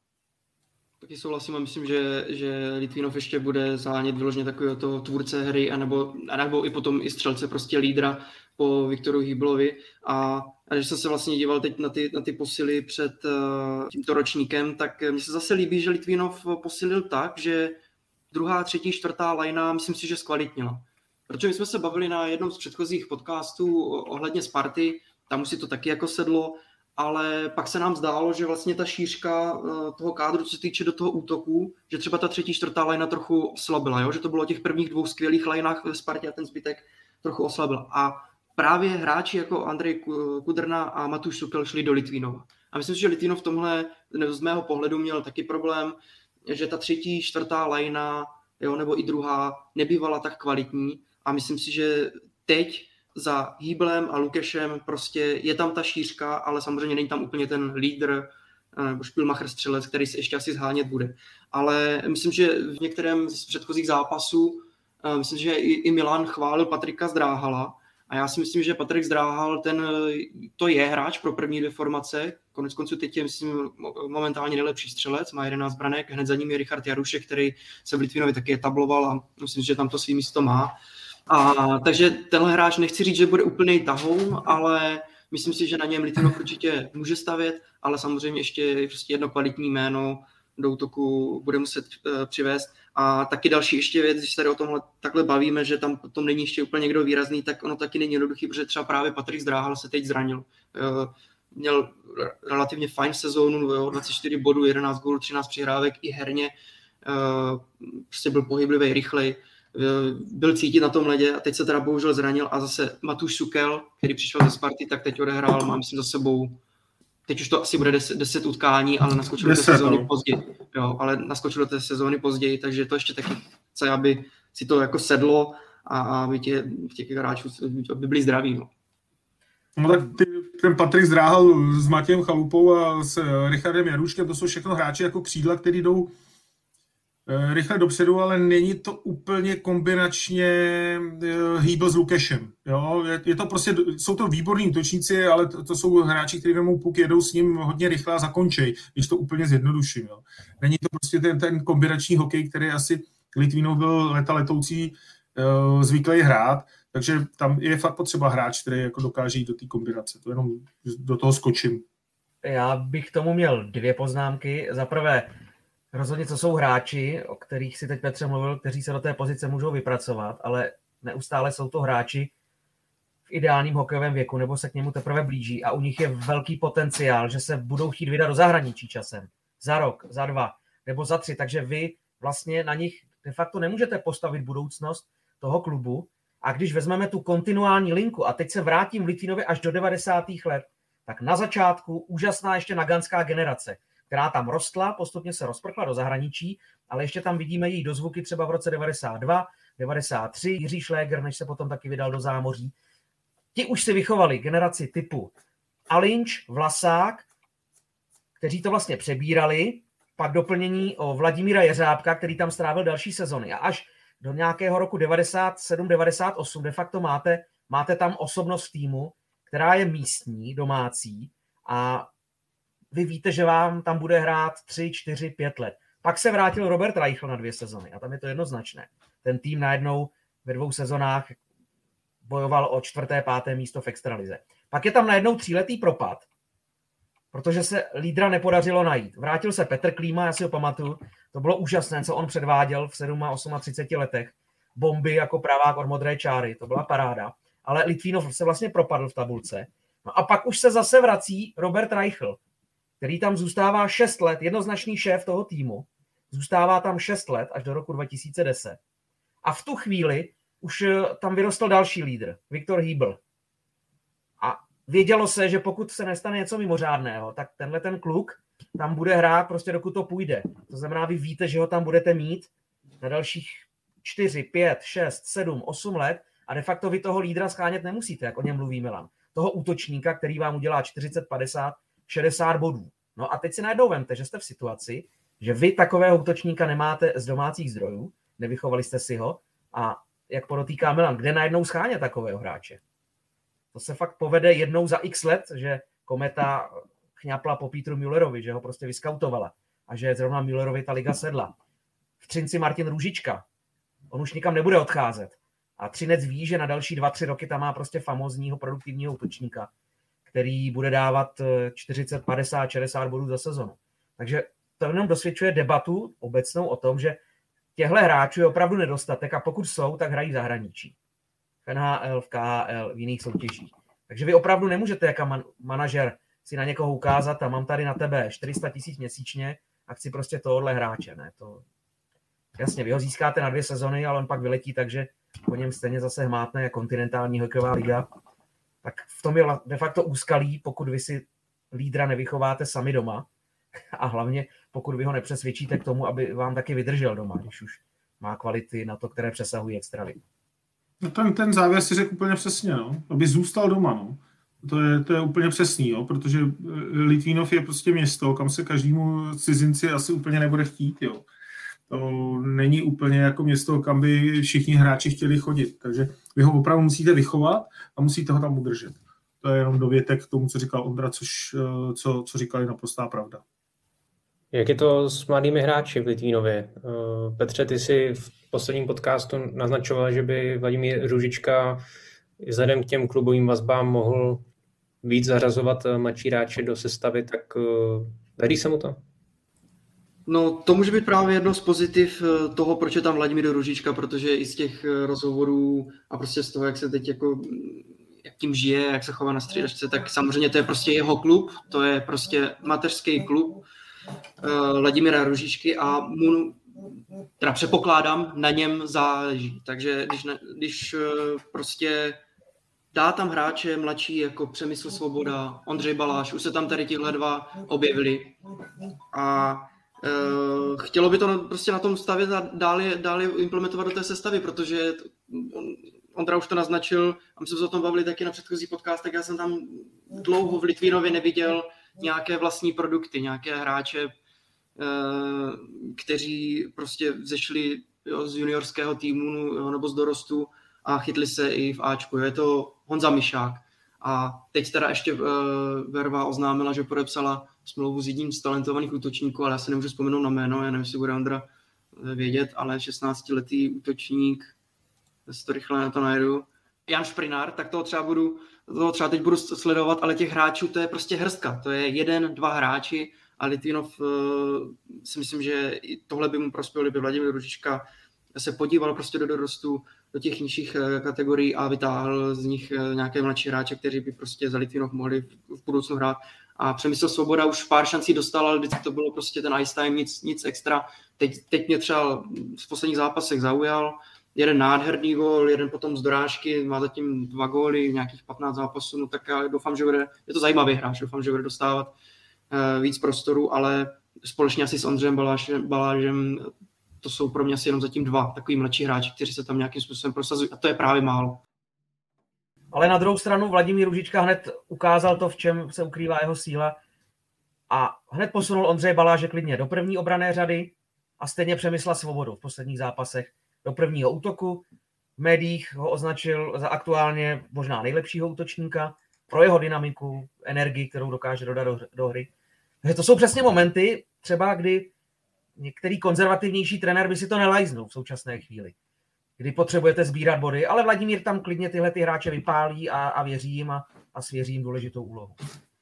S7: Taky souhlasím a myslím, že Litvínov ještě bude zánět vyloženě takového toho tvůrce hry anebo i potom i střelce, prostě lídra po Viktoru Hýblovi. A když jsem se vlastně díval teď na ty posily před tímto ročníkem, tak mně se zase líbí, že Litvínov posilil tak, že druhá, třetí, čtvrtá lajna, myslím si, že zkvalitnila. Protože my jsme se bavili na jednom z předchozích podcastů ohledně Sparty, tam už si to taky jako sedlo, ale pak se nám zdálo, že vlastně ta šířka toho kádru, co se týče do toho útoku, že třeba ta třetí, čtvrtá lajna trochu oslabila, jo? Že to bylo těch prvních dvou skvělých lajnách ve Spartě a ten zbytek trochu oslabil. A právě hráči jako Andrej Kudrna a Matuš Sukel šli do Litvínova. A myslím si, že Litvínov v tomhle z mého pohledu měl taky problém, že ta třetí, čtvrtá lajna, jo, nebo i druhá, nebývala tak kvalitní. A myslím si, že teď za Hýblem a Lukešem prostě je tam ta šířka, ale samozřejmě není tam úplně ten lídr nebo Spielmacher střelec, který se ještě asi zhánět bude. Ale myslím, že v některém z předchozích zápasů myslím, že i Milan chválil Patrika Zdráhala a já si myslím, že Patrik Zdráhal to je hráč pro první dvě formace. Konec konců teď je, myslím, momentálně nejlepší střelec, má 11 branek, hned za ním je Richard Jarušek, který se v Litvinovi taky etabloval a myslím, že tam to svý místo má. Takže tenhle hráč nechci říct, že bude úplnej tahoun, ale myslím si, že na něm Litvinov určitě může stavět, ale samozřejmě ještě prostě jedno kvalitní jméno do útoku bude muset přivést. A taky další ještě věc, když se tady o tomhle takhle bavíme, že tam potom není ještě úplně někdo výrazný, tak ono taky není jednoduchý, protože třeba právě Patrik Zdráhal se teď zranil. Měl relativně fajn sezónu, 24 bodů, 11 gólů, 13 přihrávek i herně. Prostě byl pohyblivý, rychlej. Byl cítit na tom ledě a teď se teda bohužel zranil a zase Matuš Sukel, který přišel ze Sparty, tak teď odehrál, mám myslím za sebou, teď už to asi bude 10 utkání, ale naskočil do té sezóny později. Jo, ale naskočil do té sezóny později, takže to ještě taky chce, aby si to jako sedlo a aby těch hráčů by byli zdraví.
S6: No tak ten Patrik Zdráhal s Matějem Chalupou a s Richardem Jaruškem, to jsou všechno hráči jako křídla, který jdou rychle dopředu, ale není to úplně kombinačně Hýbl s Lukešem. Jo? Je to prostě, jsou to výborní útočníci, ale to jsou hráči, kteří vemou puk, jedou s ním hodně rychle a zakončej, když to úplně zjednoduším. Jo? Není to prostě ten kombinační hokej, který asi Litvinov byl leta letoucí zvyklý hrát, takže tam je fakt potřeba hráč, který jako dokáže jít do té kombinace. To jenom do toho skočím.
S5: Já bych k tomu měl 2 poznámky. Za prvé, rozhodně co jsou hráči, o kterých si teď Petře mluvil, kteří se do té pozice můžou vypracovat, ale neustále jsou to hráči v ideálním hokejovém věku nebo se k němu teprve blíží a u nich je velký potenciál, že se budou chtít vydat do zahraničí časem. Za rok, za 2 nebo za 3, takže vy vlastně na nich de facto nemůžete postavit budoucnost toho klubu. A když vezmeme tu kontinuální linku a teď se vrátím v Litvínově až do 90. let, tak na začátku úžasná ještě naganská generace, která tam rostla, postupně se rozprchla do zahraničí, ale ještě tam vidíme její dozvuky třeba v roce 92, 93, Jiří Šléger, než se potom taky vydal do zámoří. Ti už si vychovali generaci typu Alinč, Vlasák, kteří to vlastně přebírali, pak doplnění o Vladimíra Jeřábka, který tam strávil další sezony. A až do nějakého roku 97-98 de facto máte tam osobnost týmu, která je místní, domácí a vy víte, že vám tam bude hrát 3, 4, 5 let. Pak se vrátil Robert Reichl na 2 sezony a tam je to jednoznačné. Ten tým najednou ve 2 sezonách bojoval o 4., 5. místo v extralize. Pak je tam najednou 3letý propad, protože se lídra nepodařilo najít. Vrátil se Petr Klíma, já si ho pamatuju, to bylo úžasné, co on předváděl v 37 letech. Bomby jako pravák od modré čáry, to byla paráda. Ale Litvínov se vlastně propadl v tabulce. No a pak už se zase vrací Robert Reichl, který tam zůstává 6 let, jednoznačný šéf toho týmu. Zůstává tam 6 let až do roku 2010. A v tu chvíli už tam vyrostl další lídr, Viktor Hýbl. A vědělo se, že pokud se nestane něco mimořádného, tak tenhle ten kluk tam bude hrát prostě dokud to půjde. To znamená, vy víte, že ho tam budete mít na dalších 4, 5, 6, 7, 8 let a de facto vy toho lídra schánět nemusíte, jak o něm mluví Milan. Toho útočníka, který vám udělá 40, 50, 60 bodů. No a teď si najednou vemte, že jste v situaci, že vy takového útočníka nemáte z domácích zdrojů, nevychovali jste si ho a jak podotýká Milan, kde najednou schánět takového hráče? To se fakt povede jednou za x let, že Kometa chňapla po Petru Müllerovi, že ho prostě vyskautovala a že zrovna Müllerovi ta liga sedla. V Třinci Martin Růžička. On už nikam nebude odcházet. A Třinec ví, že na další 2-3 roky tam má prostě famózního produktivního útočníka, který bude dávat 40, 50, 60 bodů za sezonu. Takže to jenom dosvědčuje debatu obecnou o tom, že těchto hráčů je opravdu nedostatek a pokud jsou, tak hrají v zahraničí. V NHL, v KHL, v jiných soutěžích. Takže vy opravdu nemůžete jako manažer si na někoho ukázat a mám tady na tebe 400 000 měsíčně a chci prostě tohohle hráče. Ne? To... Jasně, vy ho získáte na 2 sezony, ale on pak vyletí, takže po něm stejně zase hmátne jak kontinentální hokejová liga. Tak v tom je de facto úskalí, pokud vy si lídra nevychováte sami doma a hlavně pokud vy ho nepřesvědčíte k tomu, aby vám taky vydržel doma, když už má kvality na to, které přesahují extraligu.
S6: No ten závěr si řekl úplně přesně, no. Aby zůstal doma, no. To je úplně přesný, jo, protože Litvínov je prostě město, kam se každému cizinci asi úplně nebude chtít, jo. To není úplně jako město, kam by všichni hráči chtěli chodit, takže vy ho opravdu musíte vychovat a musíte ho tam udržet. To je jenom dovětek k tomu, co říkal Ondra, co říkali naprostá pravda.
S4: Jak je to s mladými hráči v Litvínově? Petře, ty jsi v posledním podcastu naznačoval, že by Vladimír Růžička vzhledem k těm klubovým vazbám mohl víc zařazovat mladší hráče do sestavy, tak daří se mu to?
S7: No, to může být právě jedno z pozitiv toho, proč je tam Vladimír Růžička, protože i z těch rozhovorů a prostě z toho, jak se teď jako jak tím žije, jak se chová na střídačce, tak samozřejmě to je prostě jeho klub, to je prostě mateřský klub Vladimíra Růžičky a mu, teda předpokládám, na něm záleží. Takže když prostě dá tam hráče mladší jako Přemysl Svoboda, Ondřej Baláš, už se tam tady tihle dva objevili a chtělo by to prostě na tom stavět a dál implementovat do té sestavy, protože Ondra už to naznačil a my jsme se o tom bavili taky na předchozí podcast, tak já jsem tam dlouho v Litvínově neviděl nějaké vlastní produkty, nějaké hráče, kteří prostě vzešli z juniorského týmu nebo z dorostu a chytli se i v Ačku. Je to Honza Mišák. A teď teda ještě Verva oznámila, že podepsala smlouvu s jedním z talentovaných útočníků, ale já se nemůžu vzpomenout na jméno, já nevím, jestli bude Ondra vědět, ale 16letý útočník, to rychle na to najdu, Jan Šprinár, tak toho třeba teď budu sledovat, ale těch hráčů to je prostě hrstka, to je 1-2 hráči a Litvínov si myslím, že tohle by mu prospělo, kdyby Vladimír Růžička se podíval prostě do dorostu, do těch nižších kategorií a vytáhl z nich nějaké mladší hráče, kteří by prostě za Litvínov mohli v budoucnu hrát. A Přemysl Svoboda už pár šancí dostal, ale vždycky to bylo prostě ten ice time, nic extra. Teď mě třeba v posledních zápasech zaujal. Jeden nádherný gól, jeden potom z dorážky, má zatím 2 góly, nějakých 15 zápasů, no tak já doufám, že je to zajímavý hráč, doufám, že bude dostávat víc prostoru, ale společně asi s Ondřejem Balážem to jsou pro mě asi jenom zatím 2 takový mladší hráči, kteří se tam nějakým způsobem prosazují a to je právě málo.
S5: Ale na druhou stranu Vladimír Růžička hned ukázal to, v čem se ukrývá jeho síla a hned posunul Ondřeje Baláže klidně do první obranné řady a stejně Přemysla Svobodu v posledních zápasech do prvního útoku. V médiích ho označil za aktuálně možná nejlepšího útočníka pro jeho dynamiku, energii, kterou dokáže dodat do hry. Takže to jsou přesně momenty, třeba kdy některý konzervativnější trenér by si to nelajznul v současné chvíli, kdy potřebujete sbírat body, ale Vladimír tam klidně tyhle ty hráče vypálí a věří jim a svěří jim důležitou úlohu.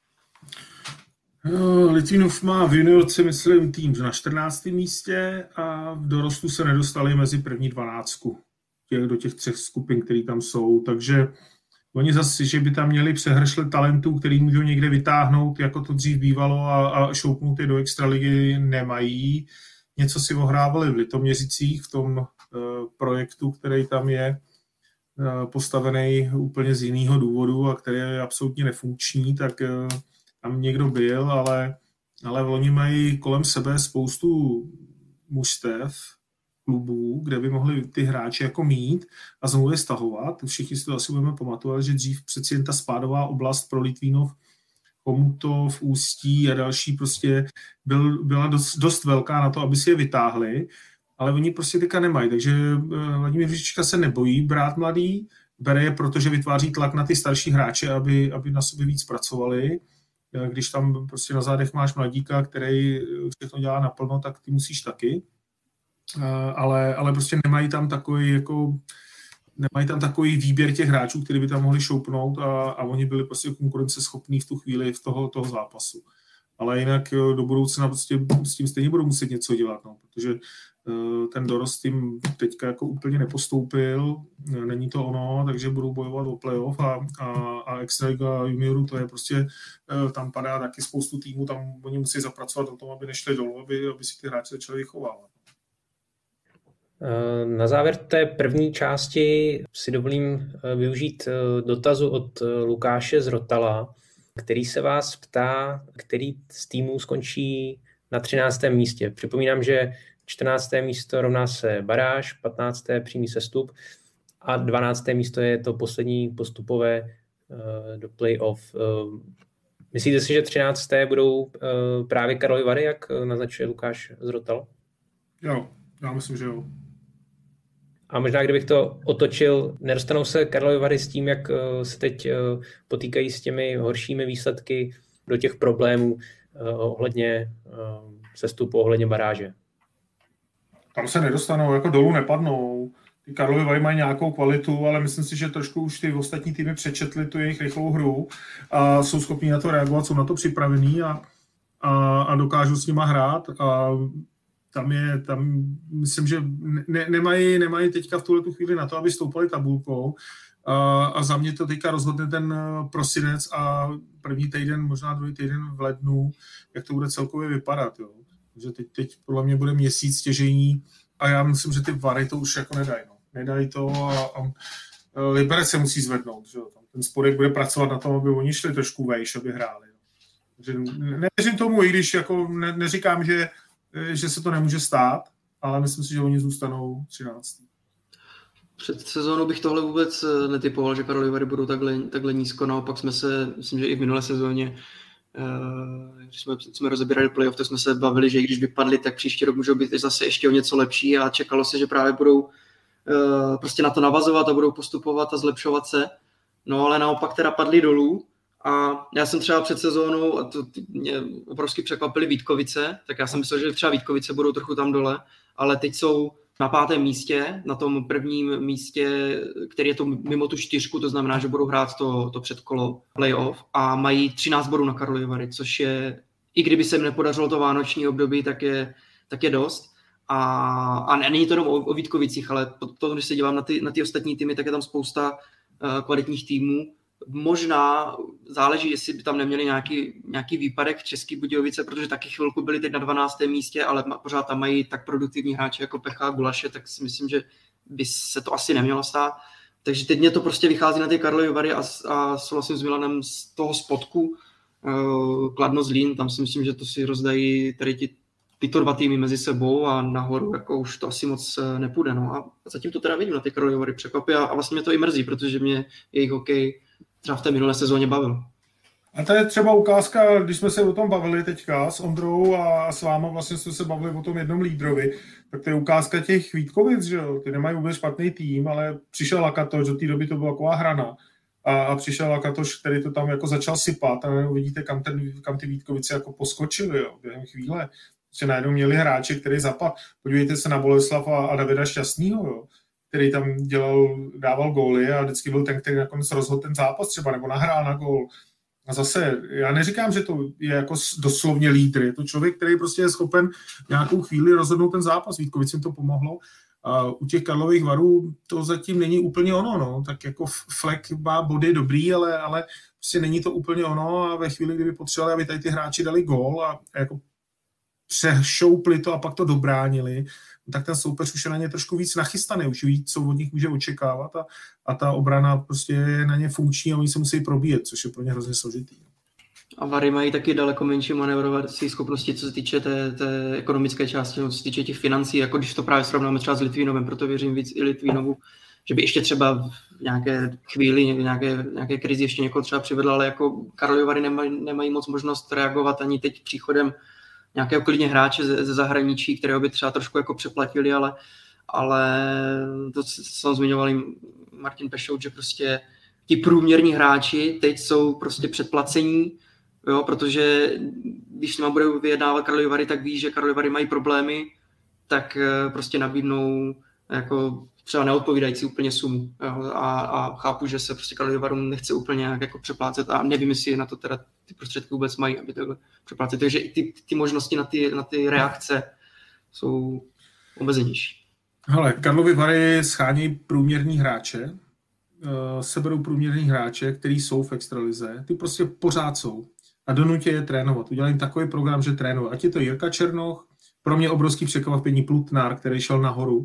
S6: Litvínov má v juniorce, myslím, tým na 14. místě a v dorostu se nedostali mezi první 12 do těch 3 skupin, které tam jsou, takže oni zase, že by tam měli přehršle talentů, který můžou někde vytáhnout, jako to dřív bývalo a šoupnout je do extraligy, nemají. Něco si ohrávali v Litoměřicích, v tom projektu, který tam je postavený úplně z jiného důvodu a který je absolutně nefunkční, tak tam někdo byl, ale oni mají kolem sebe spoustu mužstev, klubů, kde by mohli ty hráči jako mít a znovu je stahovat. Všichni si to asi budeme pamatovat, že dřív přeci jen ta spádová oblast pro Litvínov, Chomutov, Ústí a další prostě byla dost velká na to, aby si je vytáhli, ale oni prostě teďka nemají, takže Vladimír Růžička se nebojí brát mladý, bere je, protože vytváří tlak na ty starší hráče, aby na sobě víc pracovali. Když tam prostě na zádech máš mladíka, který všechno dělá naplno, tak ty musíš taky. Ale prostě nemají tam takový výběr těch hráčů, kteří by tam mohli šoupnout a oni byli prostě konkurenceschopní v tu chvíli v toho zápasu. Ale jinak do budoucna prostě s tím stejně budou muset něco dělat, no, protože ten dorost tím teďka jako úplně nepostoupil, není to ono, takže budou bojovat o playoff a Extraliga juniorů, to je prostě, tam padá taky spoustu týmů, tam oni musí zapracovat o tom, aby nešli dolů, aby si ty hráči začali vychovávat.
S4: Na závěr té první části si dovolím využít dotazu od Lukáše z Rotala, který se vás ptá, který z týmů skončí na 13. místě. Připomínám, že 14. místo rovná se baráž, 15. přímý sestup. a 12. místo je to poslední postupové do playoff. Myslíte si, že 13. budou právě Karlovy Vary, jak naznačuje Lukáš Zrotal?
S6: Jo, já myslím, že jo.
S4: A možná, kdybych to otočil, nedostanou se Karlovy Vary s tím, jak se teď potýkají s těmi horšími výsledky do těch problémů ohledně sestupu, ohledně baráže?
S6: Tam se nedostanou, jako dolů nepadnou. Ty Karlovy Vary mají nějakou kvalitu, ale myslím si, že trošku už ty ostatní týmy přečetly tu jejich rychlou hru a jsou schopní na to reagovat, jsou na to připravení a dokážou s nima hrát. A tam myslím, že nemají teďka v tuhletu chvíli na to, aby stoupali tabulkou. A za mě to teďka rozhodne ten prosinec a první týden, možná druhý týden v lednu, jak to bude celkově vypadat. Jo. Takže teď podle mě bude měsíc stěžení a já myslím, že ty Vary to už jako nedají. No. Nedají to a Liberec se musí zvednout. Že? Ten Spodek bude pracovat na tom, aby oni šli trošku vejš, aby hráli. No. Takže nevěřím tomu, i když jako neříkám, že se to nemůže stát, ale myslím si, že oni zůstanou 13.
S7: Před sezónou bych tohle vůbec netypoval, že Karlovy Vary budou takhle nízko, naopak jsme se, myslím, že i v minulé sezóně, když jsme rozebírali playoff, tak jsme se bavili, že i když vypadli, tak příští rok můžou být zase ještě o něco lepší a čekalo se, že právě budou prostě na to navazovat a budou postupovat a zlepšovat se. No ale naopak teda padli dolů a já jsem třeba před sezónou, a to mě obrovsky překvapily Vítkovice, tak já jsem myslel, že třeba Vítkovice budou trochu tam dole, ale teď jsou na 5. místě, na tom prvním místě, který je to mimo tu 4, to znamená, že budou hrát to předkolo playoff a mají 13 bodů na Karlovy Vary, což je, i kdyby se jim nepodařilo to vánoční období, tak je dost. A není to jenom o Vítkovicích, ale to, když se dívám na ty ostatní týmy, tak je tam spousta kvalitních týmů. Možná záleží, jestli by tam neměli nějaký výpadek v České Budějovice, protože taky chvilku byli teď na 12. místě, ale pořád tam mají tak produktivní hráči jako Pecha a Gulaše, tak si myslím, že by se to asi nemělo stát. Takže teď mě to prostě vychází na ty Karlovy Vary a souhlasím s Milanem z toho spodku Kladno Zlín, tam si myslím, že to si rozdají tady tyto dva týmy mezi sebou a nahoru jako už to asi moc nepůjde. No. A zatím to teda vidím na ty Karlovy Vary překvapí a vlastně mě to i mrzí, protože mě jejich hokej třeba v té minulé sezóně bavil.
S6: A to je třeba ukázka, když jsme se o tom bavili teďka s Ondrou a s váma vlastně jsme se bavili o tom jednom lídrovi, tak to je ukázka těch Vítkovic, že jo, ty nemají vůbec špatný tým, ale přišel Lakatoš, do té doby to byla taková hrana a přišel Lakatoš, který to tam jako začal sypat a uvidíte, kam ty Vítkovice jako poskočili, jo, během chvíle, že najednou měli hráče, který zapad. Podívejte se na Boleslav a Davida Šťastnýho, jo, který tam dával góly a vždycky byl ten, který nakonec rozhodl ten zápas třeba, nebo nahrál na gól. A zase, já neříkám, že to je jako doslovně lídr, je to člověk, který prostě je schopen nějakou chvíli rozhodnout ten zápas. Vítkovicím to pomohlo. A u těch Karlových Varů to zatím není úplně ono, no. Tak jako Fleck má body dobrý, ale prostě není to úplně ono a ve chvíli, kdyby potřebovali, aby tady ty hráči dali gól a jako přešoupli to a pak to dobránili, tak ten soupeř už je na ně trošku víc nachystaný, už ví, co od nich může očekávat a ta obrana prostě je na ně funkční a oni se musí probíjet, což je pro ně hrozně složitý.
S7: A Vary mají taky daleko menší manévrovací schopnosti, co se týče té ekonomické části, co se týče těch financí, jako když to právě srovnáme třeba s Litvínovem, proto věřím víc i Litvínovu, že by ještě třeba v nějaké chvíli, nějaké krizi ještě někoho třeba přivedl, ale jako Karlovy Vary nemají moc možnost reagovat ani teď příchodem nějakého klidně hráče ze zahraničí, kterého by třeba trošku jako přeplatili, ale to jsem zmiňoval Martin Pešout, že prostě ti průměrní hráči teď jsou prostě předplacení, jo, protože když s nima bude vyjednávat Karlovy Vary, tak ví, že Karlovy Vary mají problémy, tak prostě nabídnou jako třeba neodpovídající úplně sumu. Jo, a chápu, že se prostě Karlovy Varům nechce úplně jako přeplácet a nevím, jestli na to teda ty prostředky vůbec mají, aby to přeplácet. Takže i ty možnosti na ty reakce jsou omezenější.
S6: Hele, Karlovy Vary schání průměrní hráče, seberou průměrní hráče, který jsou v extralize, ty prostě pořád jsou a donutí je trénovat. Udělali jim takový program, že trénovat. Ať je to Jirka Černoch, pro mě obrovský překvapení Plutnár, který šel nahoru,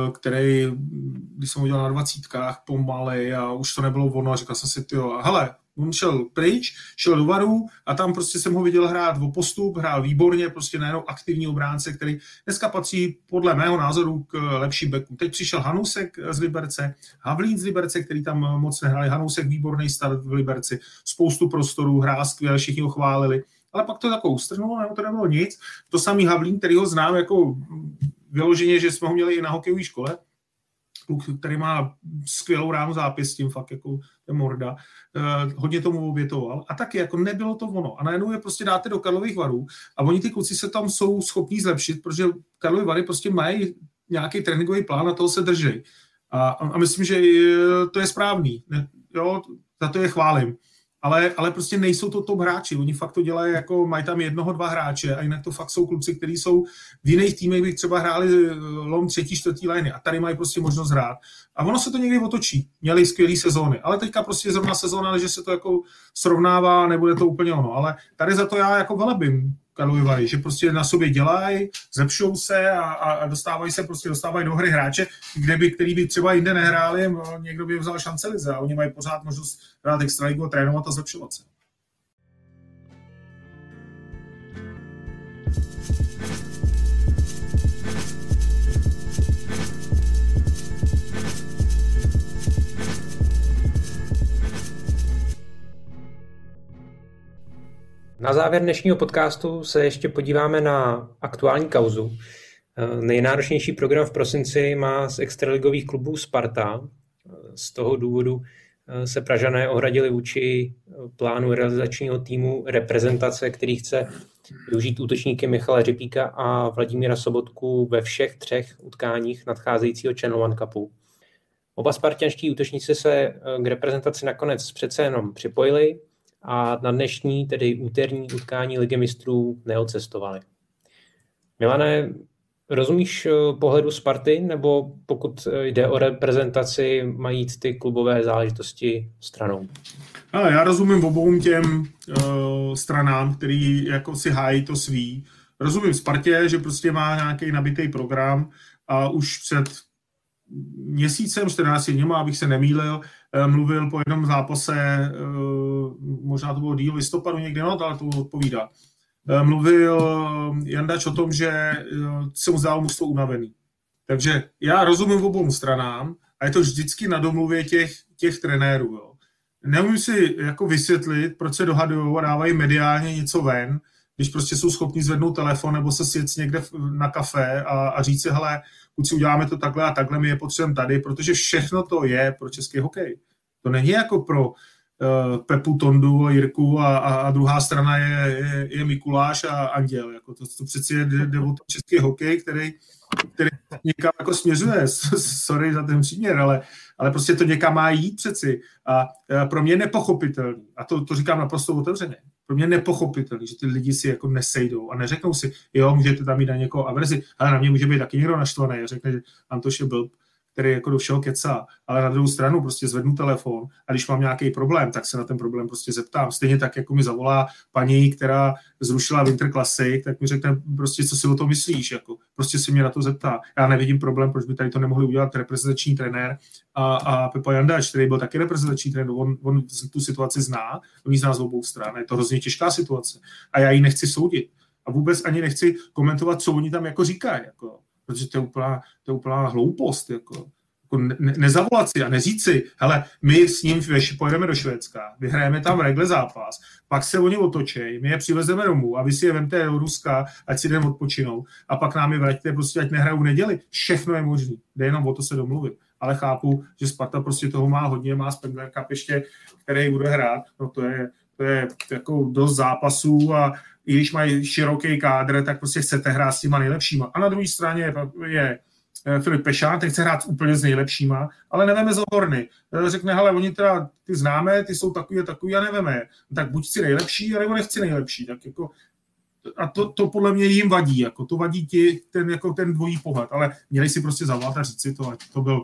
S6: který, když jsem udělal na 20, pomalej a už to nebylo ono a říkal jsem si, tyjo, hele, On šel pryč, šel do Varu a tam prostě jsem ho viděl hrát o postup, hrál výborně, prostě najednou aktivní obránce, který dneska patří podle mého názoru k lepším backům. Teď přišel Hanousek z Liberce, Havlín z Liberce, který tam moc nehráli, Hanousek výborný start v Liberci, spoustu prostorů, hrál skvěle, všichni ho chválili, ale pak to jako ustrnulo, nebo to nebylo nic. To samý Havlín, který ho znám jako vyloženě, že jsme ho měli i na hokejové škole, kluk, který má skvělou ránu zápěstím, fakt jako je morda, hodně tomu obětoval a taky jako nebylo to ono. A najednou je prostě dáte do Karlových Varů a oni ty kluci se tam jsou schopní zlepšit, protože Karlovy Vary prostě mají nějaký tréninkový plán a toho se drží. A myslím, že to je správný. Jo, za to je chválím. Ale prostě nejsou to top hráči. Oni fakt to dělají, jako mají tam 1-2 hráče a jinak to fakt jsou kluci, kteří jsou v jiných týmech, by třeba hráli lom 3., 4. liny a tady mají prostě možnost hrát. A ono se to někdy otočí. Měli skvělý sezóny, ale teďka prostě zrovna sezóna, že se to jako srovnává, nebude to úplně ono. Ale tady za to já jako velebím Karlovy Vary, že prostě na sobě dělají, zlepšou se a dostávají do hry hráče, který by třeba jinde nehráli, někdo by vzal šance lize a oni mají pořád možnost hrát extraligu, trénovat a zlepšovat se.
S4: Na závěr dnešního podcastu se ještě podíváme na aktuální kauzu. Nejnáročnější program v prosinci má z extraligových klubů Sparta. Z toho důvodu se Pražané ohradili vůči plánu realizačního týmu reprezentace, který chce využít útočníky Michala Řepíka a Vladimíra Sobotku ve všech 3 utkáních nadcházejícího Channel One Cupu. Oba spartanští útočníci se k reprezentaci nakonec přece jenom připojili a na dnešní, tedy úterní utkání Ligy mistrů neodcestovali. Milane, rozumíš pohledu Sparty, nebo pokud jde o reprezentaci, mají jít ty klubové záležitosti stranou?
S6: Já rozumím obou těm stranám, který jako si hájí to svý. Rozumím Spartě, že prostě má nějaký nabitý program a už před měsícem, 14 dněma, abych se nemýlil, mluvil po jednom zápase, možná to bylo díl listopadu někdy, no, ale to odpovídá. Mluvil Jandač o tom, že se mu zdálo mužstvo unavený. Takže já rozumím obou stranám a je to vždycky na domluvě těch trenérů. Jo. Neumím si jako vysvětlit, proč se dohadují a dávají mediálně něco ven, když prostě jsou schopni zvednout telefon nebo se sjet někde na kafe a říct si, hele, kluci, uděláme to takhle a takhle, my je potřebujeme tady, protože všechno to je pro český hokej. To není jako pro Pepu, Tondu a Jirku a druhá strana je Mikuláš a Anděl. Jako to přeci jde o český hokej, který někam jako směřuje. Sorry za ten příměr, ale prostě to někam má jít přeci. A pro mě nepochopitelný, a to říkám naprosto otevřeně, pro mě nepochopitelný, že ty lidi si jako nesejdou a neřeknou si, jo, můžete tam mít na někoho averzi, ale na mě může být taky někdo naštvaný a řekne, že Antoš je blb, který jako do všeho kecá, ale na druhou stranu prostě zvednu telefon a když mám nějaký problém, tak se na ten problém prostě zeptám. Stejně tak, jako mi zavolá paní, která zrušila Winter Classic, tak mi řekne prostě, co si o tom myslíš, jako prostě si mě na to zeptá. Já nevidím problém, proč by tady to nemohli udělat reprezentační trenér a Pepa Jandač, který byl taky reprezentační trenér, on tu situaci zná, on ji zná z obou stran, je to hrozně těžká situace a já ji nechci soudit a vůbec ani nechci komentovat, co oni tam jako říkají, jako. Protože to je úplná hloupost. Jako nezavolat si a neříct si, hele, my s ním pojedeme do Švédska, vyhrajeme tam regle zápas, pak se oni otočej, my je přivezeme domů a vy si je vemte do Ruska, ať si jdem odpočinou a pak nám je vraťte, prostě ať nehrajou v neděli. Všechno je možný, jde jenom o to se domluvit. Ale chápu, že Sparta prostě toho má hodně, má Spengler Cup ještě, který bude hrát, no to je jako dost zápasů a i když mají široký kádr, tak prostě chcete hrát s těma nejlepšíma. A na druhé straně je Filip Pešán, ten chce hrát úplně s nejlepšíma, ale neveme z Horny. Řekne, hele, oni teda, ty známe, ty jsou takový a neveme. Tak buď chci nejlepší, nebo nechci nejlepší. Tak jako, a to podle mě jim vadí. Jako, to vadí ten dvojí pohled. Ale měli si prostě zavolat a říct si to, ať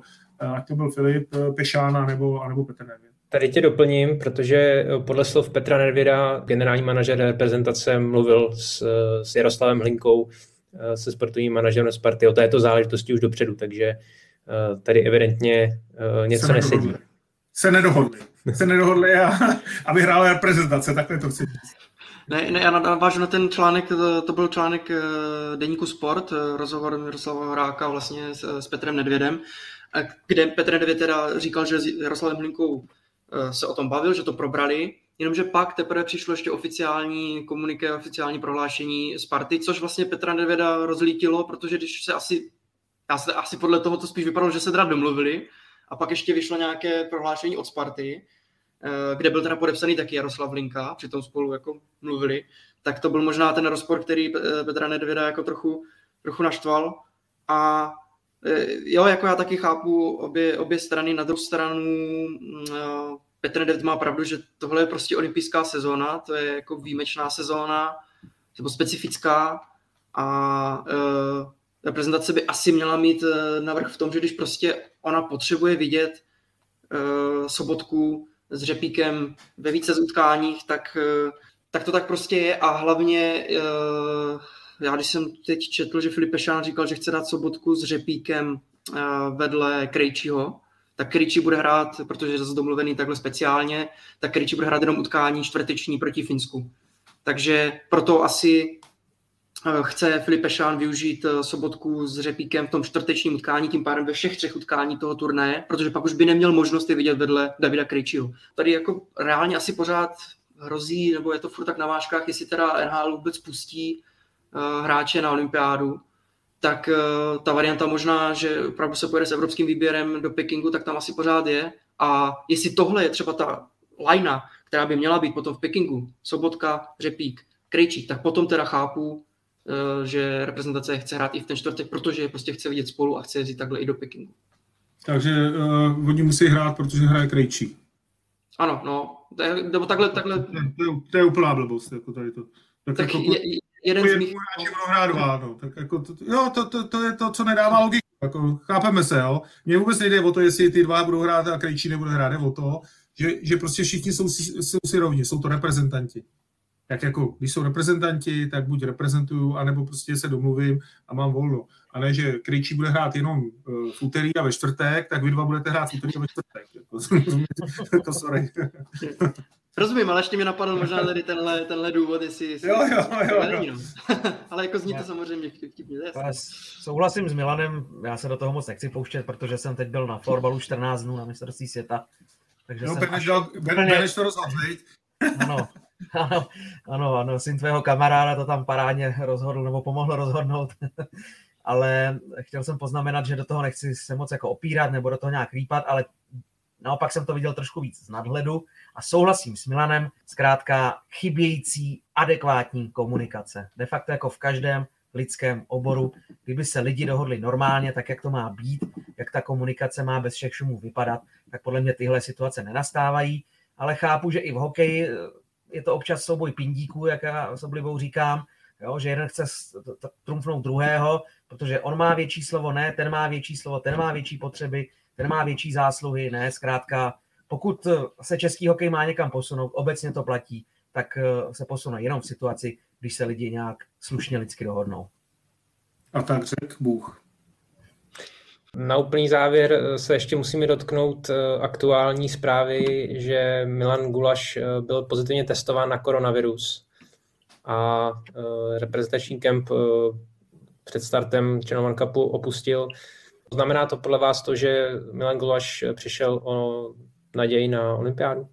S6: to byl Filip Pešán nebo Petr Nedvěd.
S4: Tady tě doplním, protože podle slov Petra Nedvěda, generální manažer reprezentace, mluvil s Jaroslavem Hlinkou, se sportovním manažerem Sparty o této záležitosti už dopředu, takže tady evidentně něco nesedí.
S6: se nedohodli a vyhrála reprezentace, takhle to chci říct.
S7: Ne, já navážu na ten článek, to byl článek deníku Sport, rozhovor Miroslava Horáka vlastně s Petrem Nedvědem, kde Petr Nedvěd teda říkal, že s Jaroslavem Hlinkou se o tom bavil, že to probrali, jenomže pak teprve přišlo ještě oficiální komuniké, oficiální prohlášení Sparty, což vlastně Petra Nedvěda rozlítilo, protože když se asi podle toho to spíš vypadalo, že se teda domluvili, a pak ještě vyšlo nějaké prohlášení od Sparty, kde byl teda podepsaný taky Jaroslav Hlinka, přitom spolu jako mluvili, tak to byl možná ten rozpor, který Petra Nedvěda jako trochu naštval. A jo, jako já taky chápu obě strany. Na druhou stranu Petr Nedvěd má pravdu, že tohle je prostě olympijská sezóna, to je jako výjimečná sezóna, nebo specifická, a reprezentace by asi měla mít navrch v tom, že když prostě ona potřebuje vidět Sobotku s Řepíkem ve více utkáních, tak to tak prostě je. A hlavně já když jsem teď četl, že Filip Pešán říkal, že chce dát Sobotku s Řepíkem vedle Krejčího, tak Krejčí bude hrát, protože je zase domluvený takhle speciálně, tak Krejčí bude hrát jenom utkání čtvrteční proti Finsku. Takže proto asi chce Filip Pešán využít Sobotku s Řepíkem v tom čtvrtečním utkání, tím pádem ve všech 3 utkání toho turnaje, protože pak už by neměl možnost je vidět vedle Davida Krejčího. Tady jako reálně asi pořád hrozí, nebo je to furt tak na vážkách, jestli teda NHL vůbec pustí hráče na olympiádu, tak ta varianta možná, že opravdu se pojede s evropským výběrem do Pekingu, tak tam asi pořád je. A jestli tohle je třeba ta linea, která by měla být potom v Pekingu, Sobotka, Řepík, Krejčík, tak potom teda chápu, že reprezentace chce hrát i v ten čtvrtek, protože je prostě chce vidět spolu a chce jezdit takhle i do Pekingu.
S6: Takže oni musí hrát, protože hraje Krejčí.
S7: Ano, no. Nebo takhle.
S6: To je úplná blbost. Jako tady to.
S7: Tak jako jeden z mých...
S6: hrát 2, no. Tak jako to je to, co nedává logiku. Jako, chápeme se, jo. Mně vůbec nejde o to, jestli ty 2 budou hrát a Krejčí nebude hrát, jde o to, že prostě všichni jsou si rovni, jsou to reprezentanti. Tak jako, když jsou reprezentanti, tak buď reprezentuju, anebo prostě se domluvím a mám volno. A ne, že Krejčí bude hrát jenom v úterý a ve čtvrtek, tak vy 2 budete hrát v úterý a ve čtvrtek. To sorry.
S7: Rozumím, ale ještě mi napadl možná tady tenhle důvod, jestli
S6: jo.
S7: Ale jako zní to samozřejmě vtipně.
S5: Souhlasím s Milanem, já se do toho moc nechci pouštět, protože jsem teď byl na florbalu 14 dnů na mistrovství světa. Takže
S6: Beneš to rozhodl.
S5: Ano, syn tvého kamaráda to tam parádně rozhodl, nebo pomohl rozhodnout. Ale chtěl jsem poznamenat, že do toho nechci se moc jako opírat, nebo do toho nějak rýpat, ale naopak jsem to viděl trošku víc z nadhledu a souhlasím s Milanem, zkrátka chybějící adekvátní komunikace. De facto jako v každém lidském oboru, kdyby se lidi dohodli normálně, tak jak to má být, jak ta komunikace má bez všech šumů vypadat, tak podle mě tyhle situace nenastávají, ale chápu, že i v hokeji je to občas souboj pindíků, jak já s oblibou říkám, jo, že jeden chce trumfnout druhého, protože on má větší slovo, ne, ten má větší slovo, ten má větší potřeby, ten má větší zásluhy, ne, zkrátka, pokud se český hokej má někam posunout, obecně to platí, tak se posune jenom v situaci, když se lidi nějak slušně lidsky dohodnou.
S6: A tak řekl Bůh.
S4: Na úplný závěr se ještě musíme dotknout aktuální zprávy, že Milan Gulaš byl pozitivně testován na koronavirus a reprezentační kemp před startem Channel Cupu opustil. Znamená to podle vás to, že Milan Gulaš přišel o naději na olympiádu?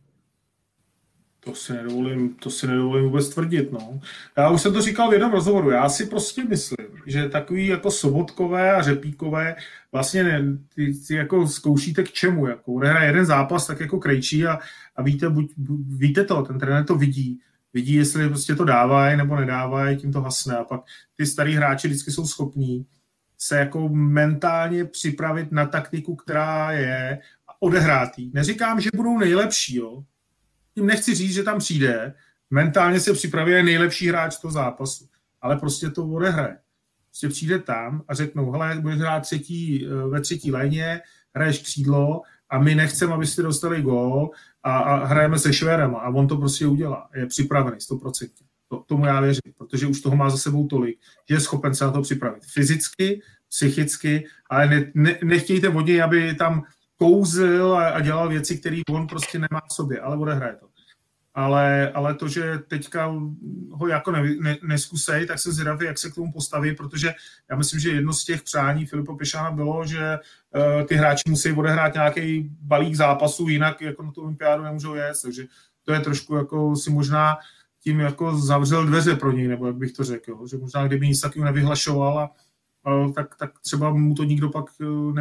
S6: To si nedovolím vůbec tvrdit. No. Já už jsem to říkal v jednom rozhovoru. Já si prostě myslím, že takový jako Sobotkové a Řepíkové vlastně ty jako zkoušíte k čemu. Jako odehraje jeden zápas, tak jako Krejčí a víte to, ten trenér to vidí. Vidí, jestli prostě to dávají nebo nedávají, tím to hasne. A pak ty starý hráči vždycky jsou schopní se jako mentálně připravit na taktiku, která je, a odehrát jí. Neříkám, že budou nejlepší, jo. Tím nechci říct, že tam přijde, mentálně se připraví nejlepší hráč toho zápasu, ale prostě to odehraje. Prostě přijde tam a řeknou, hele, budeš hrát ve třetí léně, hraješ křídlo a my nechceme, abyste dostali gól a hrajeme se Švérem a on to prostě udělá. Je připravený 100%. Tomu já věřím, protože už toho má za sebou tolik, že je schopen se na to připravit. Fyzicky, psychicky, ale nechtějte od něj, aby tam kouzil a dělal věci, které on prostě nemá v sobě, ale odehraje to. Ale to, že teďka ho jako neskusej, tak se zvědavý, jak se k tomu postaví, protože já myslím, že jedno z těch přání Filipa Pešána bylo, že ty hráči musí odehrát nějaký balík zápasů, jinak jako na tu olympiádu nemůžou jet, takže to je trošku jako si možná tím jako zavřel dveře pro něj, nebo jak bych to řekl, jo? Že možná kdyby nic takového nevyhlašoval, tak třeba mu to nikdo pak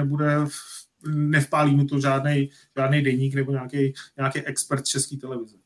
S6: nevpálí mu to žádný deník nebo nějaký expert české televize.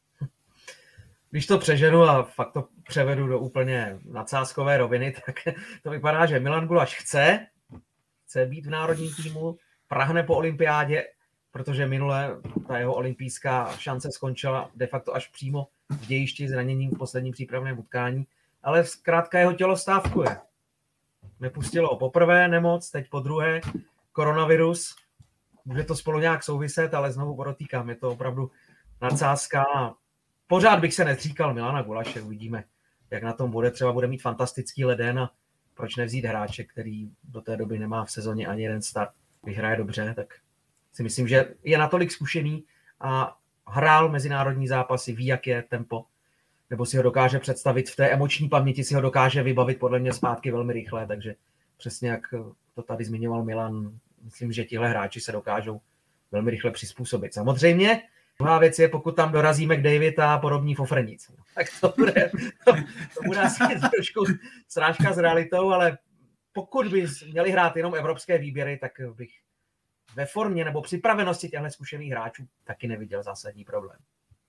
S5: Když to přeženu a fakt to převedu do úplně nadsázkové roviny, tak to vypadá, že Milan Gulaš chce být v národním týmu, prahne po olympiádě, protože minule ta jeho olympijská šance skončila de facto až přímo v dějišti zraněním v posledním přípravném utkání, ale zkrátka jeho tělo stávkuje. Nepustilo ho poprvé nemoc, teď po druhé koronavirus. Může to spolu nějak souviset, ale znovu podotýkám, je to opravdu nadsázka. Pořád bych se nezříkal Milana Gulaše, uvidíme, jak na tom bude. Třeba bude mít fantastický leden a proč nevzít hráče, který do té doby nemá v sezóně ani jeden start. Když hraje dobře, tak si myslím, že je natolik zkušený a hrál mezinárodní zápasy, ví, jak je tempo, nebo si ho dokáže představit v té emoční paměti, si ho dokáže vybavit podle mě zpátky velmi rychle, takže přesně jak to tady zmiňoval Milan, myslím, že tihle hráči se dokážou velmi rychle přizpůsobit. Samozřejmě druhá věc je, pokud tam dorazí McDavid a podobní fofrenic. Tak to bude asi trošku srážka s realitou, ale pokud by měli hrát jenom evropské výběry, tak bych ve formě nebo připravenosti těchto zkušených hráčů taky neviděl zásadní problém.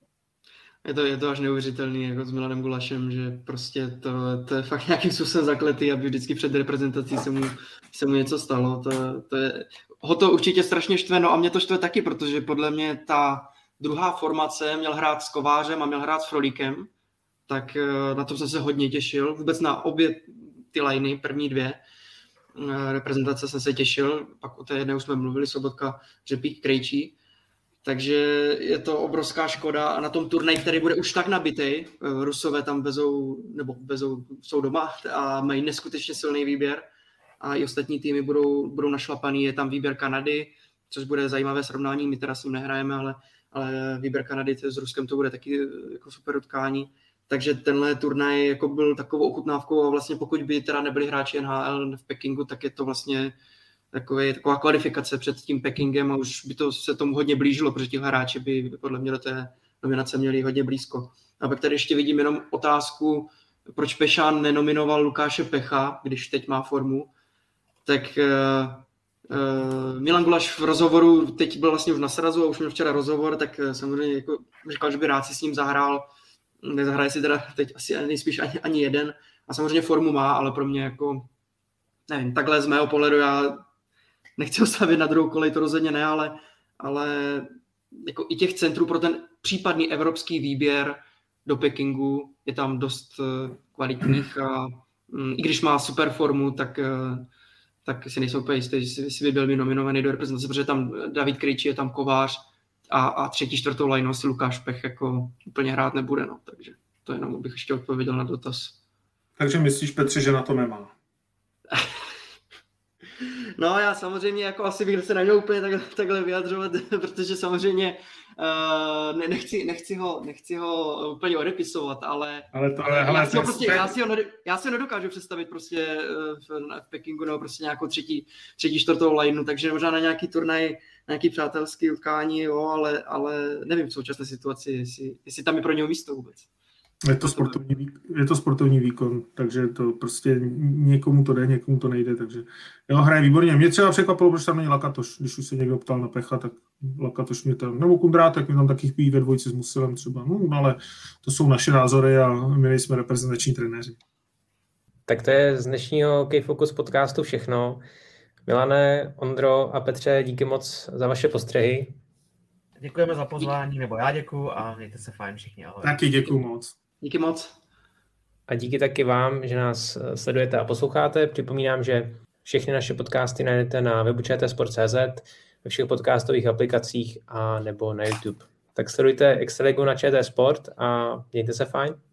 S7: Je to až neuvěřitelný jako s Milanem Gulašem, že prostě to je fakt nějakým způsobem zakletý, aby vždycky před reprezentací se mu něco stalo. Ho to určitě strašně štve, no a mě to štve taky, protože podle mě ta druhá formace měl hrát s Kovářem a měl hrát s Frolíkem, tak na to jsem se hodně těšil. Vůbec na obě ty liny, první dvě reprezentace jsem se těšil, pak o té jedné už jsme mluvili, Sobotka, Řepík, Krejčí. Takže je to obrovská škoda a na tom turnaji, který bude už tak nabitý, Rusové tam vezou, jsou doma a mají neskutečně silný výběr a i ostatní týmy budou našlapaný. Je tam výběr Kanady, což bude zajímavé srovnání, my teda s ním nehrajeme, ale výběr Kanady s Ruskem to bude taky jako super utkání. Takže tenhle turnaj jako byl takovou ochutnávkou a vlastně pokud by teda nebyli hráči NHL v Pekingu, tak je to vlastně taková kvalifikace před tím Pekingem a už by to se tomu hodně blížilo, protože ti hráči by podle mě do té nominace měli hodně blízko. A pak tady ještě vidím jenom otázku, proč Pešán nenominoval Lukáše Pecha, když teď má formu. Tak Milan Gulaš v rozhovoru, teď byl vlastně už na srazu a už měl včera rozhovor, tak samozřejmě jako říkal, že by rád si s ním zahrál. Nezahraje si teda teď asi nejspíš ani jeden. A samozřejmě formu má, ale pro mě jako nevím, takhle z mého pohledu já nechci ho stavit na druhou kolej, to rozhodně ne, ale jako i těch centrů pro ten případný evropský výběr do Pekingu je tam dost kvalitních a i když má super formu, tak si nejsou úplně jistý, jestli by byl mi nominovaný do reprezentace, protože tam David Krejčí, je tam Kovář a třetí, čtvrtou lineou si Lukáš Pech jako úplně hrát nebude, no, takže to jenom bych ještě odpověděl na dotaz.
S6: Takže myslíš, Petře, že na to nemá?
S7: No já samozřejmě jako asi bych se neměl úplně takhle vyjadřovat, protože samozřejmě nechci ho úplně odepisovat, ale já si ho nedokážu představit prostě v Pekingu nebo prostě nějakou třetí, čtvrtou lineu, takže možná na nějaký turnaj, nějaký přátelský utkání, jo, ale nevím v současné situaci, jestli tam je pro něho místo vůbec.
S6: Je to sportovní výkon, takže to prostě někomu to jde, někomu to nejde, takže jo, hraje výborně. Mě třeba překvapilo, proč tam není Lakatoš, když už se někdo ptal na Pecha, tak Lakatoš mě tam, nebo Kundrátek mě tam taky chybí ve dvojici s Musilem třeba, no, ale to jsou naše názory a my nejsme reprezentační trenéři.
S4: Tak to je z dnešního Hockey Focus podcastu všechno. Milane, Ondro a Petře, díky moc za vaše postřehy.
S5: Děkujeme za pozvání, nebo já děkuju a mějte se fajn všichni, ahoj.
S6: Taky děkuju moc.
S7: Díky moc.
S4: A díky taky vám, že nás sledujete a posloucháte. Připomínám, že všechny naše podcasty najdete na webu čtsport.cz, ve všech podcastových aplikacích a nebo na YouTube. Tak sledujte Extraligu na ČT Sport a mějte se fajn.